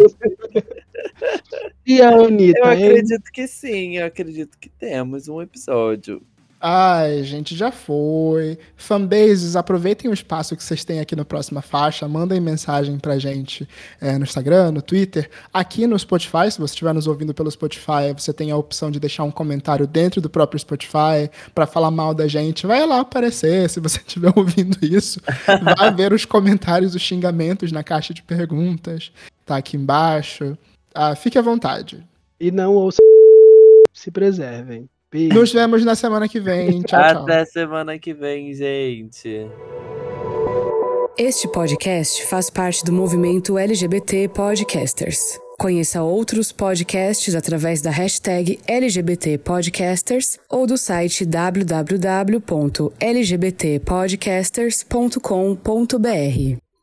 E a Anitta, Eu hein? acredito que sim, eu acredito que temos um episódio. Ai, gente, já foi. Fanbases, aproveitem o espaço que vocês têm aqui no Próxima Faixa, mandem mensagem pra gente é, no Instagram, no Twitter, aqui no Spotify. Se você estiver nos ouvindo pelo Spotify, você tem a opção de deixar um comentário dentro do próprio Spotify pra falar mal da gente. Vai lá aparecer, se você estiver ouvindo isso. Vai ver os comentários, os xingamentos na caixa de perguntas. Tá aqui embaixo. Ah, fique à vontade. E não ouça. Se preservem. Beijo. Nos vemos na semana que vem. Tchau, tchau. Até semana que vem, gente. Este podcast faz parte do movimento L G B T Podcasters. Conheça outros podcasts através da hashtag L G B T Podcasters ou do site w w w ponto l g b t podcasters ponto com ponto b r.